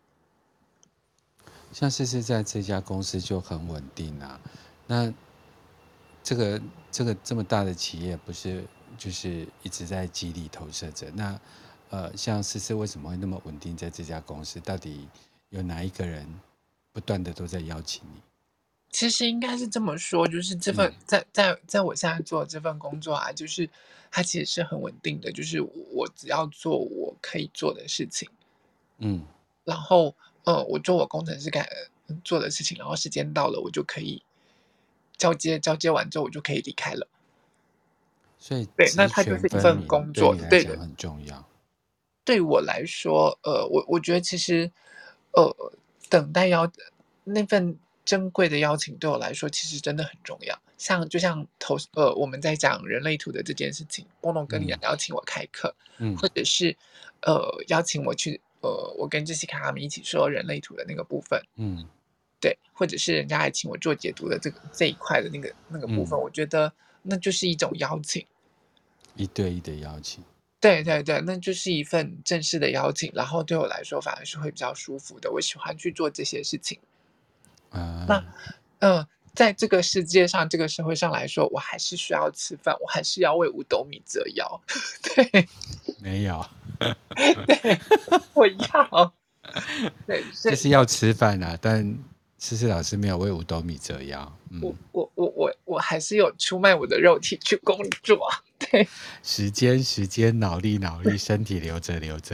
像是在这家公司就很稳定啊。那这个这么大的企业，不是就是一直在激励投射者。那像思思为什么会那么稳定在这家公司？到底有哪一个人不断的都在邀请你？ 其实应该是这么说，就是这份在我现在做的这份工作啊，就是它其实是很稳定的，就是我只要做我可以做的事情， 嗯， 然后我做我工程师做的事情，然后时间到了，我就可以交接完之后，我就可以离开了。 所以对，那职它就是一份权分明工作， 对你来对的。 讲很重要。 对我来说，我觉得其实，呃，等待那份珍贵的邀请对我来说，其实真的很重要。就像我们在讲人类图的这件事情，波诺跟你嗯邀请我开课， 嗯或者是邀请我去我跟杰西卡他们一起说人类图的那个部分， 嗯对，或者是人家来请我做解读的这一块的那个部分， 嗯， 我觉得那就是一种邀请。 一对一的邀请。 对对对，那就是一份正式的邀请，然后对我来说反而是会比较舒服的。我喜欢去做这些事情。那， 啊， 嗯，在这个世界上、这个社会上来说，我还是需要吃饭，我还是要为五斗米折腰。对没有， 对，我要。对，所以就是要吃饭啊，但思思老师没有为五斗米折腰。嗯， 我还是有出卖我的肉体去工作。对时间，脑力，身体留着。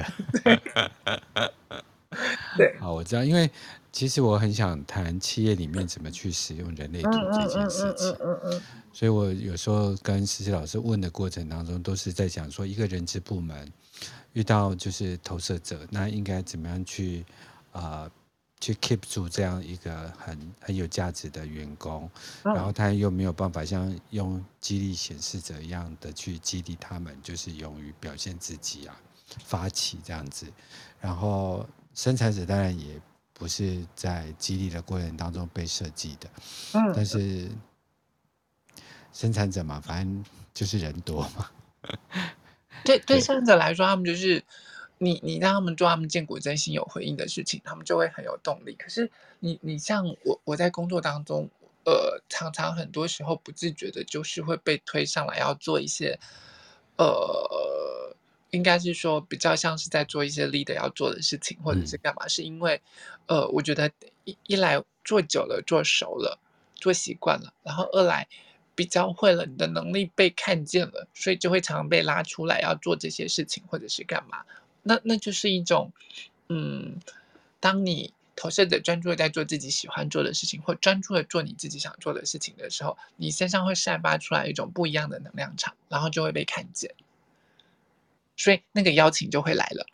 对， 好，我知道，因为其实我很想谈企业里面怎么去使用人类嗯图这嗯嗯嗯件事情， 嗯嗯嗯所以我有时候跟思思老师问的过程当中，都是在讲说，一个人资部门遇到就是投射者，那应该怎么样去 keep 住这样一个很有价值的员工，然后嗯， 他又没有办法像用激励显示者一样的去激励他们，就是勇于表现自己啊，发起这样子。然后生产者当然也不是在激励的过程当中被设计的，但嗯。 是生产者嘛，反正就是人多嘛。 对对， 生产者来说，他们就是你让他们做他们见骨真心有回应的事情，他们就会很有动力。可是你像我在工作当中，常常很多时候不自觉的，就是会被推上来要做一些，应该是说比较像是在做一些 leader 要做的事情，或者是嗯干嘛？是因为，我觉得一来做久了，做熟了，做习惯了，然后二来比较会了，你的能力被看见了，所以就会常常被拉出来要做这些事情，或者是干嘛。那就是一种，嗯，当你投射者专注的在做自己喜欢做的事情，或专注的做你自己想做的事情的时候，你身上会散发出来一种不一样的能量场，然后就会被看见，所以那个邀请就会来了。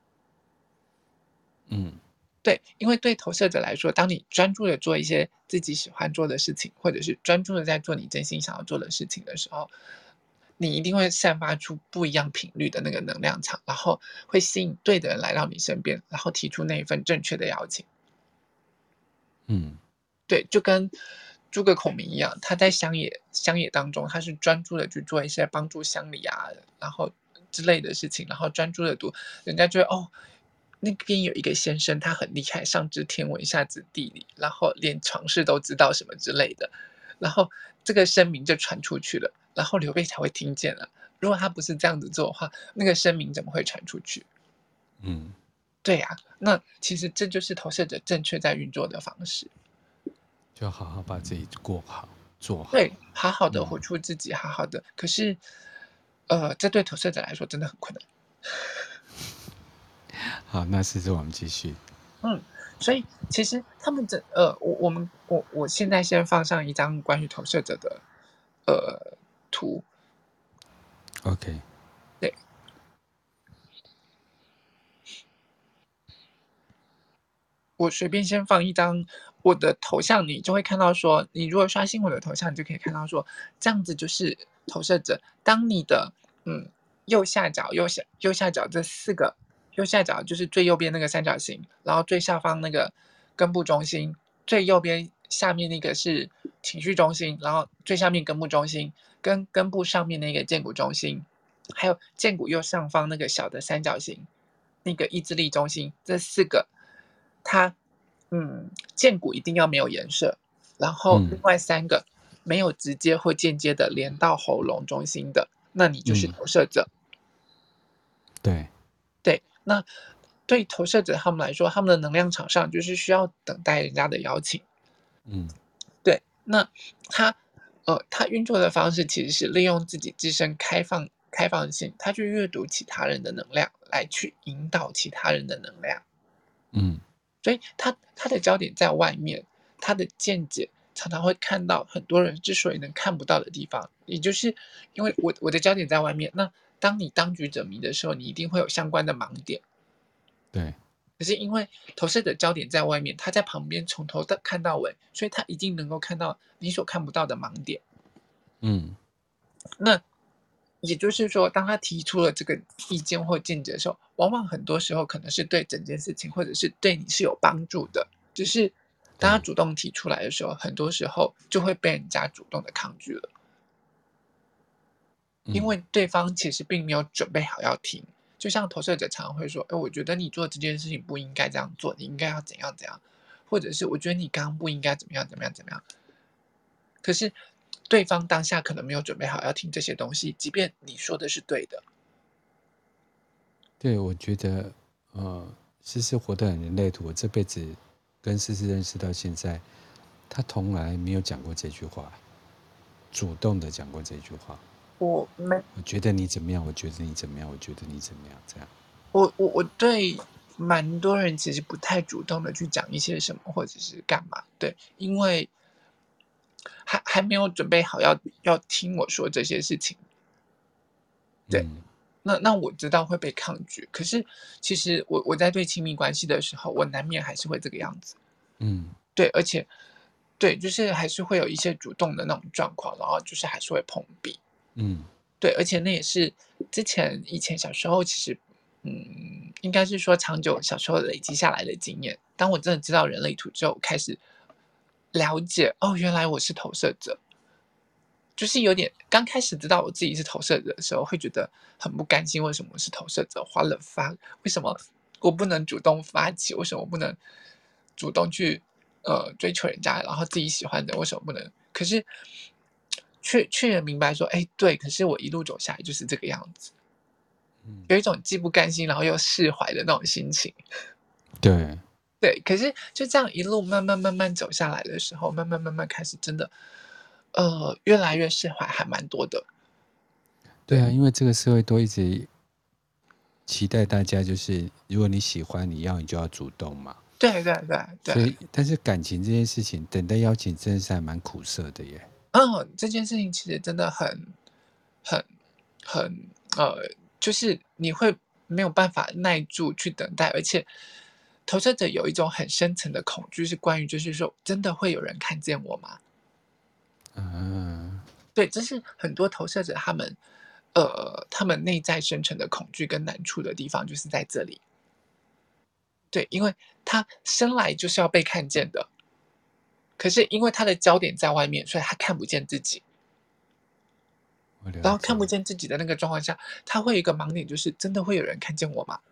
嗯对，因为对投射者来说，当你专注的做一些自己喜欢做的事情，或者是专注的在做你真心想要做的事情的时候，你一定会散发出不一样频率的那个能量场，然后会吸引对的人来到你身边，然后提出那一份正确的邀请。 嗯对，就跟诸葛孔明一样，他在乡野当中，他是专注的去做一些帮助乡里啊，然后之类的事情，然后专注的读，人家觉得哦，那边有一个先生，他很厉害，上知天文，下知地理，然后连常识都知道什么之类的，然后这个声明就传出去了，然后刘备才会听见了。如果他不是这样子做的话，那个声明怎么会传出去？ 嗯， 对呀、那其实这就是投射者正确在运作的方式。 就好好把自己过好，做好。 对，好好的嗯， 活出自己，好好的。可是，这对投射者来说真的很困难。 好，那思思我们继续。 嗯，所以其实他们我现在先放上一张关于投射者的图， OK， 对，我随便先放一张我的头像，你就会看到说，你如果刷新我的头像，你就可以看到说，这样子就是投射者。当你的嗯右下角这四个，右下角就是最右边那个三角形，然后最下方那个根部中心，最右边下面那个是情绪中心，然后最下面根部中心跟根部上面那个剑骨中心，还有剑骨右上方那个小的三角形，那个意志力中心，这四个，它剑骨一定要没有颜色，然后另嗯外三个没有直接或间接的连到喉咙中心的， 那你就是嗯， 投射者。 对， 对，那对投射者他们来说，他们的能量场上就是需要等待人家的邀请。 嗯对，那他他运作的方式其实是利用自己自身开放性，他去阅读其他人的能量，来去引导其他人的能量。 嗯所以他的焦点在外面，他的见解常常会看到很多人之所以能看不到的地方，也就是因为我的焦点在外面，那当你当局者迷的时候，你一定会有相关的盲点。 对， 可是因为投射者焦点在外面，他在旁边从头到看到尾，所以他一定能够看到你所看不到的盲点。 嗯那也就是说，当他提出了这个意见或见解的时候，往往很多时候可能是对整件事情，或者是对你是有帮助的。只是当他对， 主动提出来的时候，很多时候就会被人家主动的抗拒了，因嗯为对方其实并没有准备好要听。就像投射者常常会说：“哎，我觉得你做这件事情不应该这样做，你应该要怎样怎样。”或者是我觉得你刚刚不应该怎么样怎么样怎么样。可是对方当下可能没有准备好要听这些东西，即便你说的是对的。 对，我觉得思思活得很人类图，我这辈子跟思思认识到现在，他从来没有讲过这句话，主动的讲过这句话。 我没我觉得你怎么样？我觉得你怎么样？我觉得你怎么样？这样， 我对蛮多人其实不太主动的去讲一些什么，或者是干嘛，对，因为还没有准备好要听我说这些事情，对。 嗯那我知道会被抗拒，可是其实我在对亲密关系的时候，我难免还是会这个样子， 嗯对，而且对，就是还是会有一些主动的那种状况，然后就是还是会碰壁。 嗯对，而且那也是以前小时候其实，应该是说长久小时候累积下来的经验。当我真的知道人类图之后，开始了解，哦，原来我是投射者，就是有点刚开始知道我自己是投射者的时候，会觉得很不甘心，为什么我是投射者？花了发，为什么我不能主动发起？为什么我不能主动去追求人家，然后自己喜欢的，为什么不能？可是却明白说，哎，对，可是我一路走下来就是这个样子。 嗯， 有一种既不甘心，然后又释怀的那种心情。 对对，可是就这样一路慢慢走下来的时候，慢慢开始真的，越来越释怀，还蛮多的。对， 对啊，因为这个社会都一直期待大家就是，如果你喜欢，你要你就要主动嘛。 对， 所以，但是感情这件事情，等待邀请真的是还蛮苦涩的耶。 这件事情其实真的很很就是你会没有办法耐住去等待，而且投射者有一种很深层的恐惧，是关于就是说，真的会有人看见我吗？ 啊， 对，这是很多投射者他们内在深层的恐惧跟难处的地方，就是在这里。对，因为他生来就是要被看见的，可是因为他的焦点在外面，所以他看不见自己。 我了然后看不解。 见自己的那个状况下，他会有一个盲点，就是真的会有人看见我吗？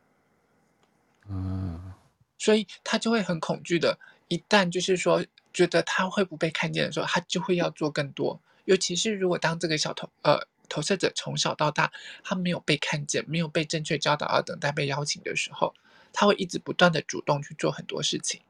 嗯所以他就会很恐惧的，一旦就是说觉得他会不被看见的时候，他就会要做更多。尤其是如果当这个投射者从小到大，他没有被看见，没有被正确教导，要等待被邀请的时候，他会一直不断的主动去做很多事情，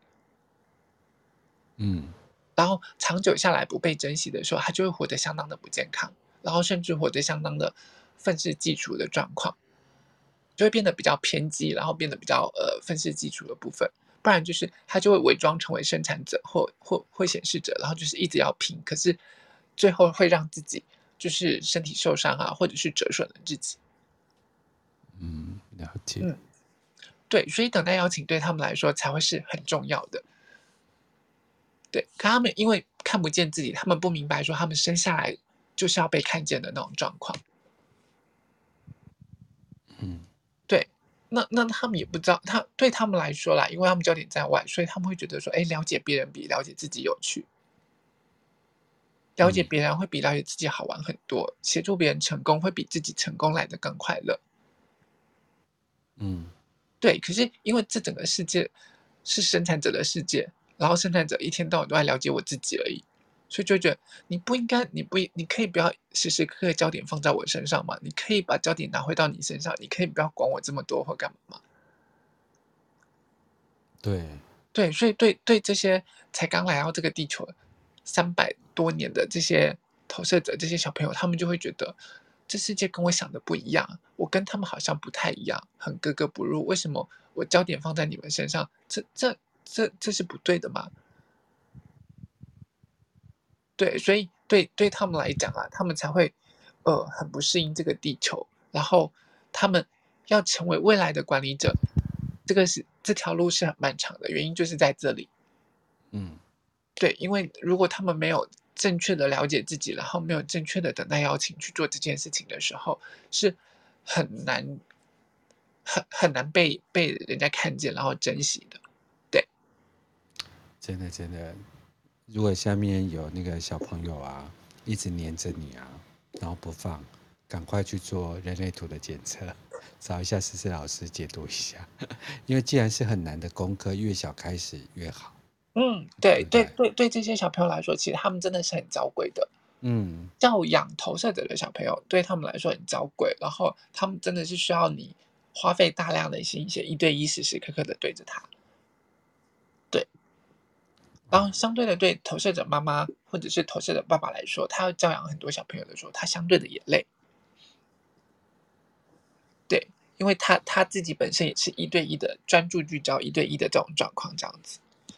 嗯然后长久下来不被珍惜的时候，他就会活得相当的不健康，然后甚至活得相当的愤世嫉俗的状况。就会变得比较偏激，然后变得比较愤世嫉俗的部分。不然就是他就会伪装成为生产者或显示者，然后就是一直要拼，可是最后会让自己就是身体受伤啊，或者是折损了自己。 嗯，了解。 嗯，对，所以等待邀请对他们来说才会是很重要的。对，可他们因为看不见自己，他们不明白说他们生下来就是要被看见的那种状况。 嗯对，那他们也不知道，对他们来说啦，因为他们焦点在外，所以他们会觉得说，哎，了解别人比了解自己有趣，了解嗯别人会比了解自己好玩很多，协助别人成功会比自己成功来得更快乐。 嗯对，可是因为这整个世界是生产者的世界，然后生产者一天到晚都在了解我自己而已， 所以就觉得你不应该，你可以不要时时刻刻焦点放在我身上嘛？你可以把焦点拿回到你身上，你可以不要管我这么多或干嘛嘛？ 对， 对，所以对这些才刚来到这个地球300多年的这些投射者，这些小朋友，他们就会觉得这世界跟我想的不一样，我跟他们好像不太一样，很格格不入。为什么我焦点放在你们身上？这是不对的吗？对，所以对他们来讲啊，他们才会很不适应这个地球，然后他们要成为未来的管理者，这条路是很漫长的，原因就是在这里。 嗯， 对，因为如果他们没有正确的了解自己，然后没有正确的等待邀请去做这件事情的时候，是很难很难被人家看见，然后珍惜的。对， 真的真的，如果下面有那个小朋友啊，一直黏着你啊，然后不放，赶快去做人类图的检测，找一下思思老师解读一下，因为既然是很难的功课，越小开始越好， 嗯，对对不对？ 对对对，这些小朋友来说，其实他们真的是很娇贵的。 嗯， 教养投射者的小朋友对他们来说很娇贵，然后他们真的是需要你花费大量的心血，1对1时时刻刻的对着他。对，然后相对的对投射者妈妈或者是投射者爸爸来说，他要教养很多小朋友的时候，他相对的也累。对，因为他自己本身也是1对1的专注聚焦1对1的这种状况，这样子。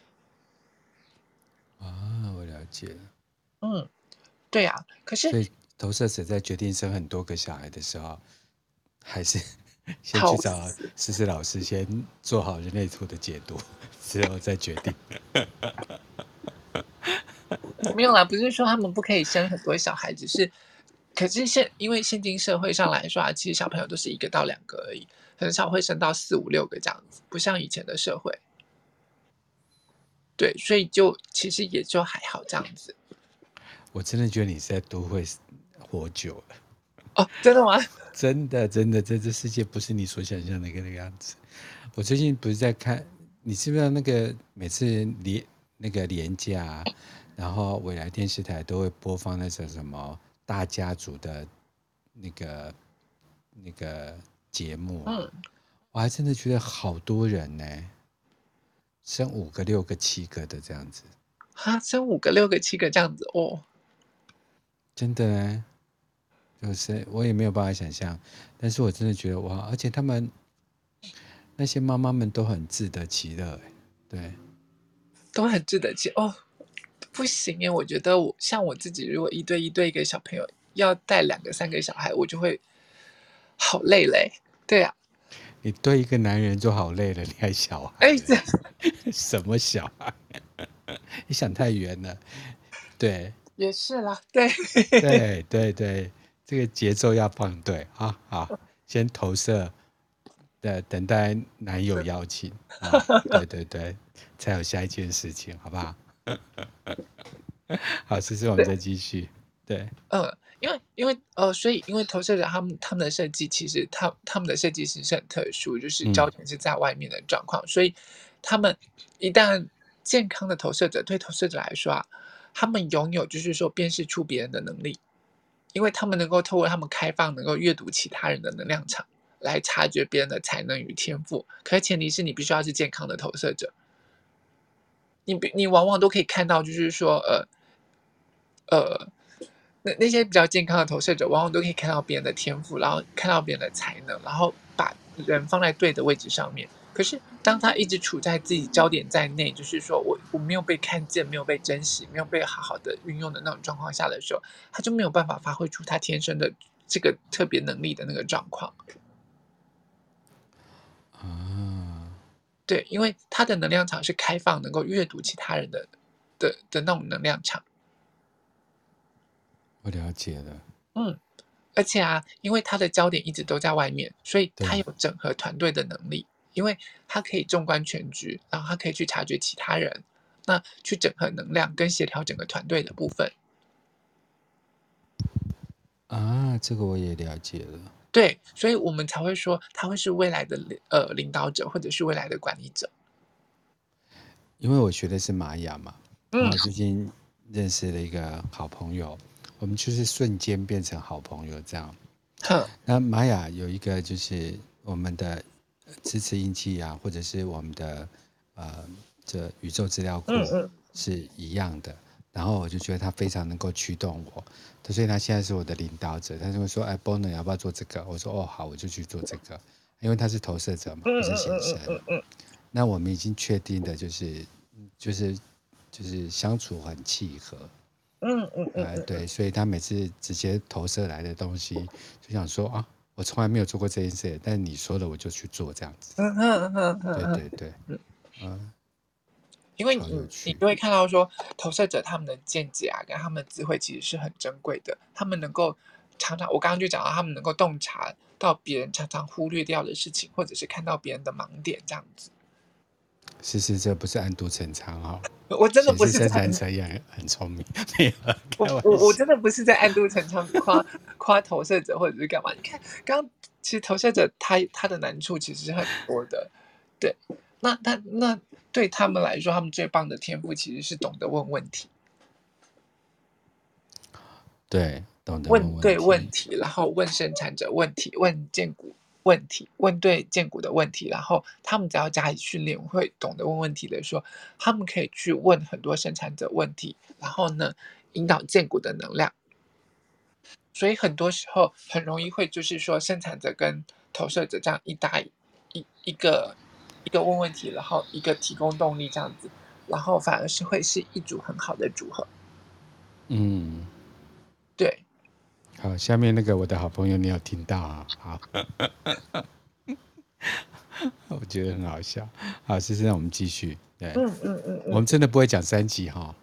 啊，我了解了。 嗯，对啊。可是所以投射者在决定生很多个小孩的时候，还是先去好找思思老师，先做好人类图的解读，之后再决定。 没有啦，不是说他们不可以生很多小孩，只是，可是因为现今社会上来说啊，其实小朋友都是1个到2个而已，很少会生到4、5、6个这样子，不像以前的社会。对，所以其实也就还好这样子。 我真的觉得你是在都会活久了， 哦，真的吗？ 真的真的，这世界不是你所想象的那个样子。我最近不是在看，你知不知道那个每次那个连假啊，然后未来电视台都会播放那种什么大家族的那个节目啊， 嗯， 我还真的觉得好多人呢，生5个、6个、7个的这样子， 哈，生5个、6个、7个这样子哦。 真的呢，就是我也没有办法想象，但是我真的觉得哇，而且他们那些妈妈们都很自得其乐，对， 都很值得起哦。不行耶，我觉得像我自己，如果1对1对一个小朋友要带2个、3个小孩，我就会好累嘞。对啊， 你对一个男人就好累了，你还小孩哎，这嘞？什么小孩？你想太远了。对也是啦，对。 对对对，这个节奏要放对啊。好，先投射的等待男友邀请啊。对对对，才有下一件事情，好不好？好，这是我们对， 再继续。对， 所以因为投射者他们的设计，其实他们的设计师是很特殊，就是焦嗯点是在外面的状况，所以他们一旦健康的投射者，对投射者来说啊，他们拥有就是说辨识出别人的能力，因为他们能够透过他们开放，能够阅读其他人的能量场，来察觉别人的才能与天赋。可是前提是你必须要是健康的投射者，你往往都可以看到，就是说呃，那些比较健康的投射者，往往都可以看到别人的天赋，然后看到别人的才能，然后把人放在对的位置上面。可是当他一直处在自己焦点在内，就是说我没有被看见，没有被珍惜，没有被好好的运用的那种状况下的时候，他就没有办法发挥出他天生的这个特别能力的那个状况。 啊， 对，因为他的能量场是开放，能够阅读其他人的那种能量场。 我了解了。 嗯。而且啊，因为他的焦点一直都在外面，所以他对有整合团队的能力。因为他可以纵观全局，然后他可以去察觉其他人，那去整合能量跟协调整个团队的部分。 啊，这个我也了解了。 对，所以我们才会说他会是未来的领导者，或者是未来的管理者。 因为我学的是玛雅嘛，然嗯， 后最近认识了一个好朋友，我们就是瞬间变成好朋友这样。 哼， 那玛雅有一个就是我们的支持印记啊，或者是我们的这宇宙资料库是一样的。然后我就觉得他非常能够驱动我，所以他现在是我的领导者。他就会说：“哎 ，Bono 要不要做这个？”我说：“哦，好，我就去做这个。”因为他是投射者嘛，不是显生。那我们已经确定的就是相处很契合。对，所以他每次直接投射来的东西，就想说啊，我从来没有做过这件事，但是你说了我就去做这样子。对对对， 因为超有你趣。 就会看到说，投射者他们的见解啊，跟他们的智慧其实是很珍贵的。他们能够常常，我刚刚就讲到，他们能够洞察到别人常常忽略掉的事情，或者是看到别人的盲点这样子。 是，这不是暗度陈仓哈， 我真的显示不是在， 生产者也很聪明，没有我开玩笑。 我我真的不是在暗度陈仓夸投射者或者是干嘛？你看，刚刚其实投射者他的难处其实是很多的，对。那对他们来说，他们最棒的天赋其实是懂得问问题。 对，懂得问对问问题。 问题，然后问生产者问题，问建股问题，问对建股的问题，然后他们只要加以训练，会懂得问问题的时候，他们可以去问很多生产者问题，然后呢，引导建股的能量。所以很多时候很容易会就是说，生产者跟投射者这样一个问问题，然后一个提供动力这样子，然后反而是会是一组很好的组合。 嗯， 对， 好，下面那个我的好朋友你有听到啊？好，我觉得很好笑。好，思思，那我们继续。对，我们真的不会讲3集哈。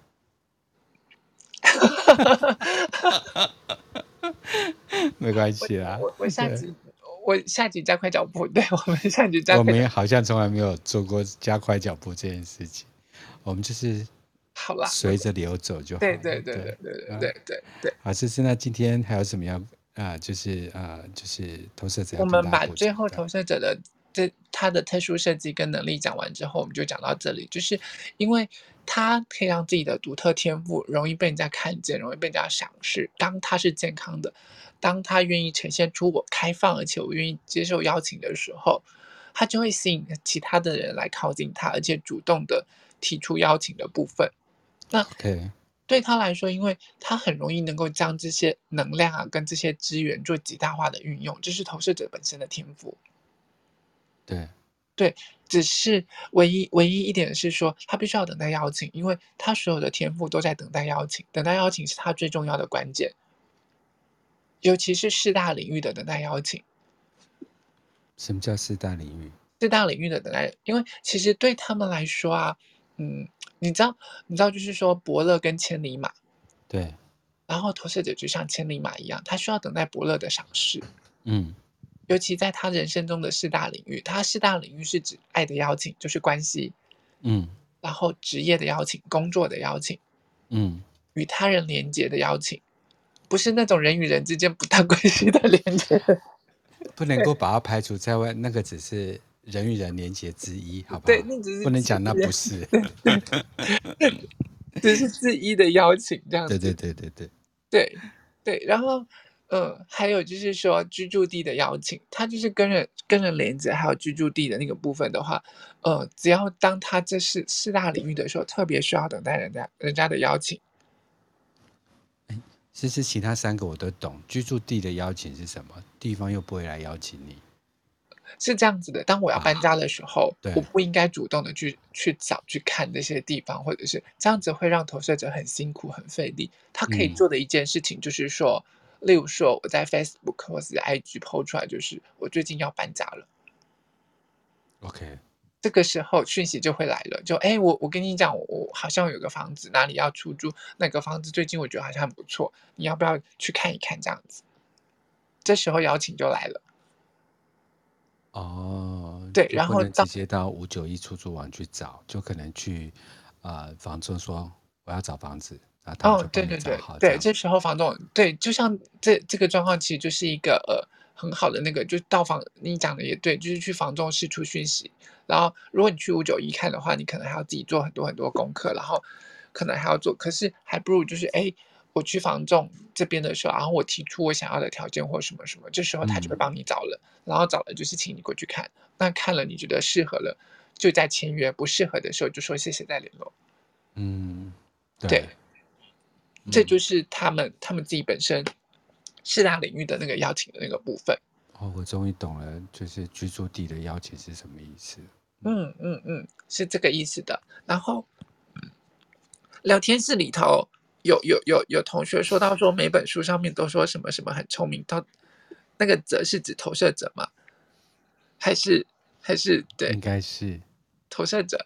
没关系啦。 我对， 下集加快脚步，对，我们下集加我快脚步。 们也好像从来没有做过加快脚步这件事情，我们就是好啦， 随着流走就好了。 对对对对， 对对对对对对， 好，思思，那今天还有什么样就是投射者要我跟大家们把最补充的？ 后投射者的他的特殊设计跟能力讲完之后，我们就讲到这里，就是因为他可以让自己的独特天赋容易被人家看见，容易被人家赏识。当他是健康的，当他愿意呈现出我开放，而且我愿意接受邀请的时候，他就会吸引其他的人来靠近他，而且主动的提出邀请的部分。那 OK， 对他来说，因为他很容易能够将这些能量啊，跟这些资源做极大化的运用，这是投射者本身的天赋。 对， 对，只是唯一一点是说，他必须要等待邀请，因为他所有的天赋都在等待邀请，等待邀请是他最重要的关键，尤其是四大领域的等待邀请。 什么叫四大领域？ 四大领域的等待，因为其实对他们来说啊，嗯，你知道，就是说伯乐跟千里马， 对， 然后投射者就像千里马一样，他需要等待伯乐的赏识。 嗯尤其在他人生中的四大领域，他四大领域是指爱的邀请，就是关系， 嗯然后职业的邀请、工作的邀请、 嗯， 与他人连结的邀请，不是那种人与人之间不当关系的连接。 不能够把它排除在外，那个只是人与人连接之一，好不对， 好？ 那只是不能讲那之一， 不是。 只是之一的邀请这样对对子。 对对对， 对，对，然后，还有就是说居住地的邀请，它就是跟人连接，还有居住地的那个部分的话，只要当他这是四大领域的时候，特别需要等待人家的邀请。 其实其他3个我都懂。居住地的邀请是什么？地方又不会来邀请你是这样子的，当我要搬啊？ 家的时候，我对， 不应该主动的去找、去看那些地方，或者是这样子会让投射者很辛苦、很费力。他可以嗯做的一件事情就是说，例如说我在 Facebook 或是 IG PO 出来，就是我最近要搬家了。 ，OK， 这个时候讯息就会来了，就哎，我跟你讲，我好像有个房子，哪里要出租，那个房子最近我觉得好像很不错，你要不要去看一看？这样子，这时候邀请就来了。 哦， 对， 就不然后到能直接到591出租网去找，就可能去房仲说我要找房子，然后他们哦， 就帮你找对对对对， 好这样。 这时候房东对，就像这个状况，其实就是一个很好的那个，就是到房你讲的也对，就是去房仲释出讯息。然后，如果你去591看的话，你可能还要自己做很多很多功课，然后可能还要做，可是还不如就是我去房仲这边的时候，然后我提出我想要的条件或什么什么，这时候他就会帮你找了，然后找了就是请你过去看，那看了你觉得适合了，就再签约，不适合的时候就说谢谢再联络。 嗯，对， 对，这就是他们自己本身四大领域的那个邀请的那个部分。 哦，我终于懂了，就是居住地的邀请是什么意思。 是这个意思的。然后聊天室里头有同学说到说每本书上面都说什么什么很聪明，到那个者是指投射者吗？还是对应该是， 投射者？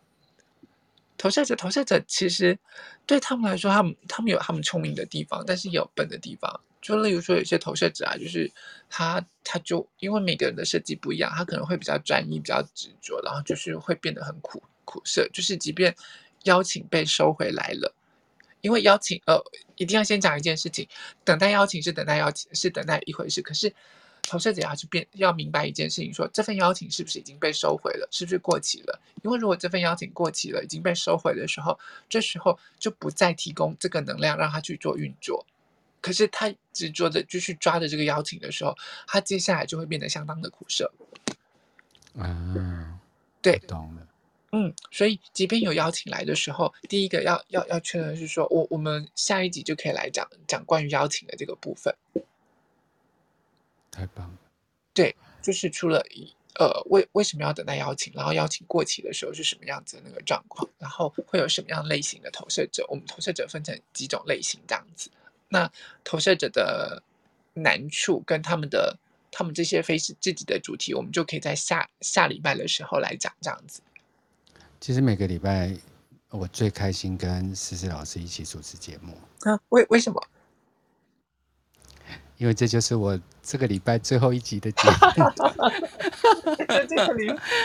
投射者其实对他们来说，他们有他们聪明的地方，但是也有笨的地方。就例如说，有些投射者啊，就是他就因为每个人的设计不一样，他可能会比较专一、比较执着，然后就是会变得很苦涩。就是即便邀请被收回来了，因为邀请一定要先讲一件事情，等待邀请是等待邀请是等待一回事，可是投射者要明白一件事情说，这份邀请是不是已经被收回了，是不是过期了？因为如果这份邀请过期了，已经被收回的时候，这时候就不再提供这个能量让他去做运作。可是他执着的继续抓着这个邀请的时候，他接下来就会变得相当的苦涩。 啊，我对， 懂了。 所以即便有邀请来的时候，第一个要确认是说，我们下一集就可以来讲关于邀请的这个部分。 太棒了。 对，就是除了为什么要等待邀请，然后邀请过期的时候是什么样子的那个状况，然后会有什么样类型的投射者，我们投射者分成几种类型这样子。那投射者的难处跟他们这些非是自己的主题，我们就可以在下礼拜的时候来讲这样子。 其实每个礼拜我最开心跟思思老师一起主持节目， 为什么？ 因为这就是我这个礼拜最后一集的节目。 在这个里，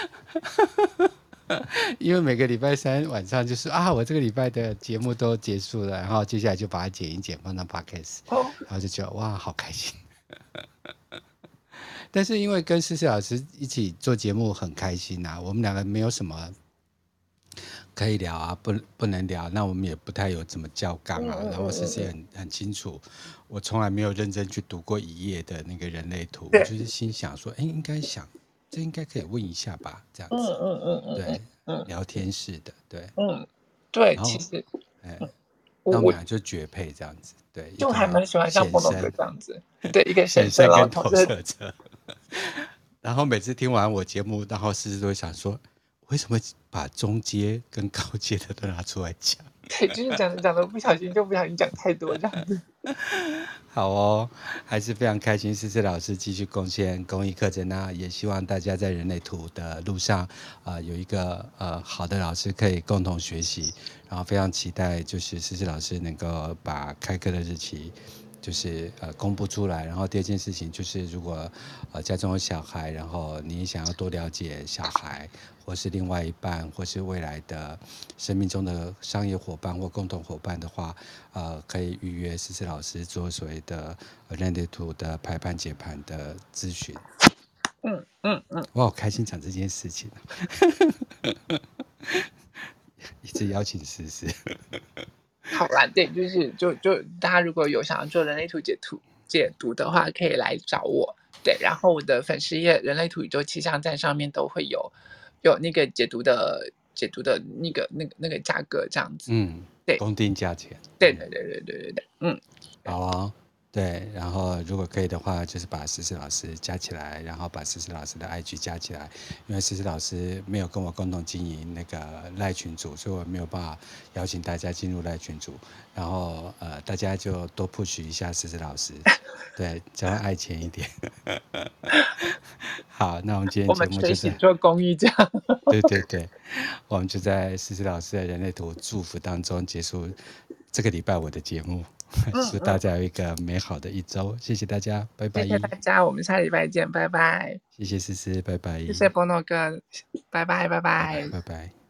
因为每个礼拜三晚上就是我这个礼拜的节目都结束了，然后接下来就把它剪一剪放到 podcast，然后就觉得哇，好开心。但是因为跟思思老师一起做节目很开心啊，我们两个没有什么可以聊啊，不能聊，那我们也不太有怎么教纲啊。然后思思也很清楚，我从来没有认真去读过一页的那个人类图，我就是心想说，应该这应该可以问一下吧，这样子。对，聊天式的，对， 对， 然后其实那我们俩就绝配这样子，对，一就还个蛮喜欢像显波龙哥生这样子，对，一个显显生生跟投然后同时射者。然后每次听完我节目，然后思思都会想说，为什么把中阶跟高阶的都拿出来讲？ 对，就是讲的不小心讲太多这样子。 好哦，还是非常开心，思思老师继续贡献公益课程啊，也希望大家在人类图的路上，有一个好的老师可以共同学习，然后非常期待就是思思老师能够把开课的日期就是公布出来，然后第二件事情就是如果家中有小孩，然后你想要多了解小孩，或是另外一半，或是未来的生命中的商业伙伴或共同伙伴的话，可以预约思思老师做所谓的人类图的排盘解盘的咨询。我好开心讲这件事情，一直邀请思思。 好啦，对，就大家如果有想要做人类图解读的话，可以来找我。对，然后我的粉丝页人类图宇宙气象站上面都会有那个解读的那个价格这样子。对， 公定价钱。 对， 好啊，对，然后如果可以的话，就是把思思老师加起来，然后把思思老师的 IG 加起来，因为思思老师没有跟我共同经营那个赖群组，所以我没有办法邀请大家进入赖群组。然后大家就多 push 一下思思老师，对，叫他爱钱一点。好，那我们今天我节目就们随喜在做公益这样。 对，我们就在思思老师的人类图祝福当中结束这个礼拜我的节目。祝大家有一个美好的一周，谢谢大家，拜拜。 谢谢大家，我们下礼拜见，拜拜。 谢谢思思，拜拜。 谢谢波诺哥，拜拜。 拜拜。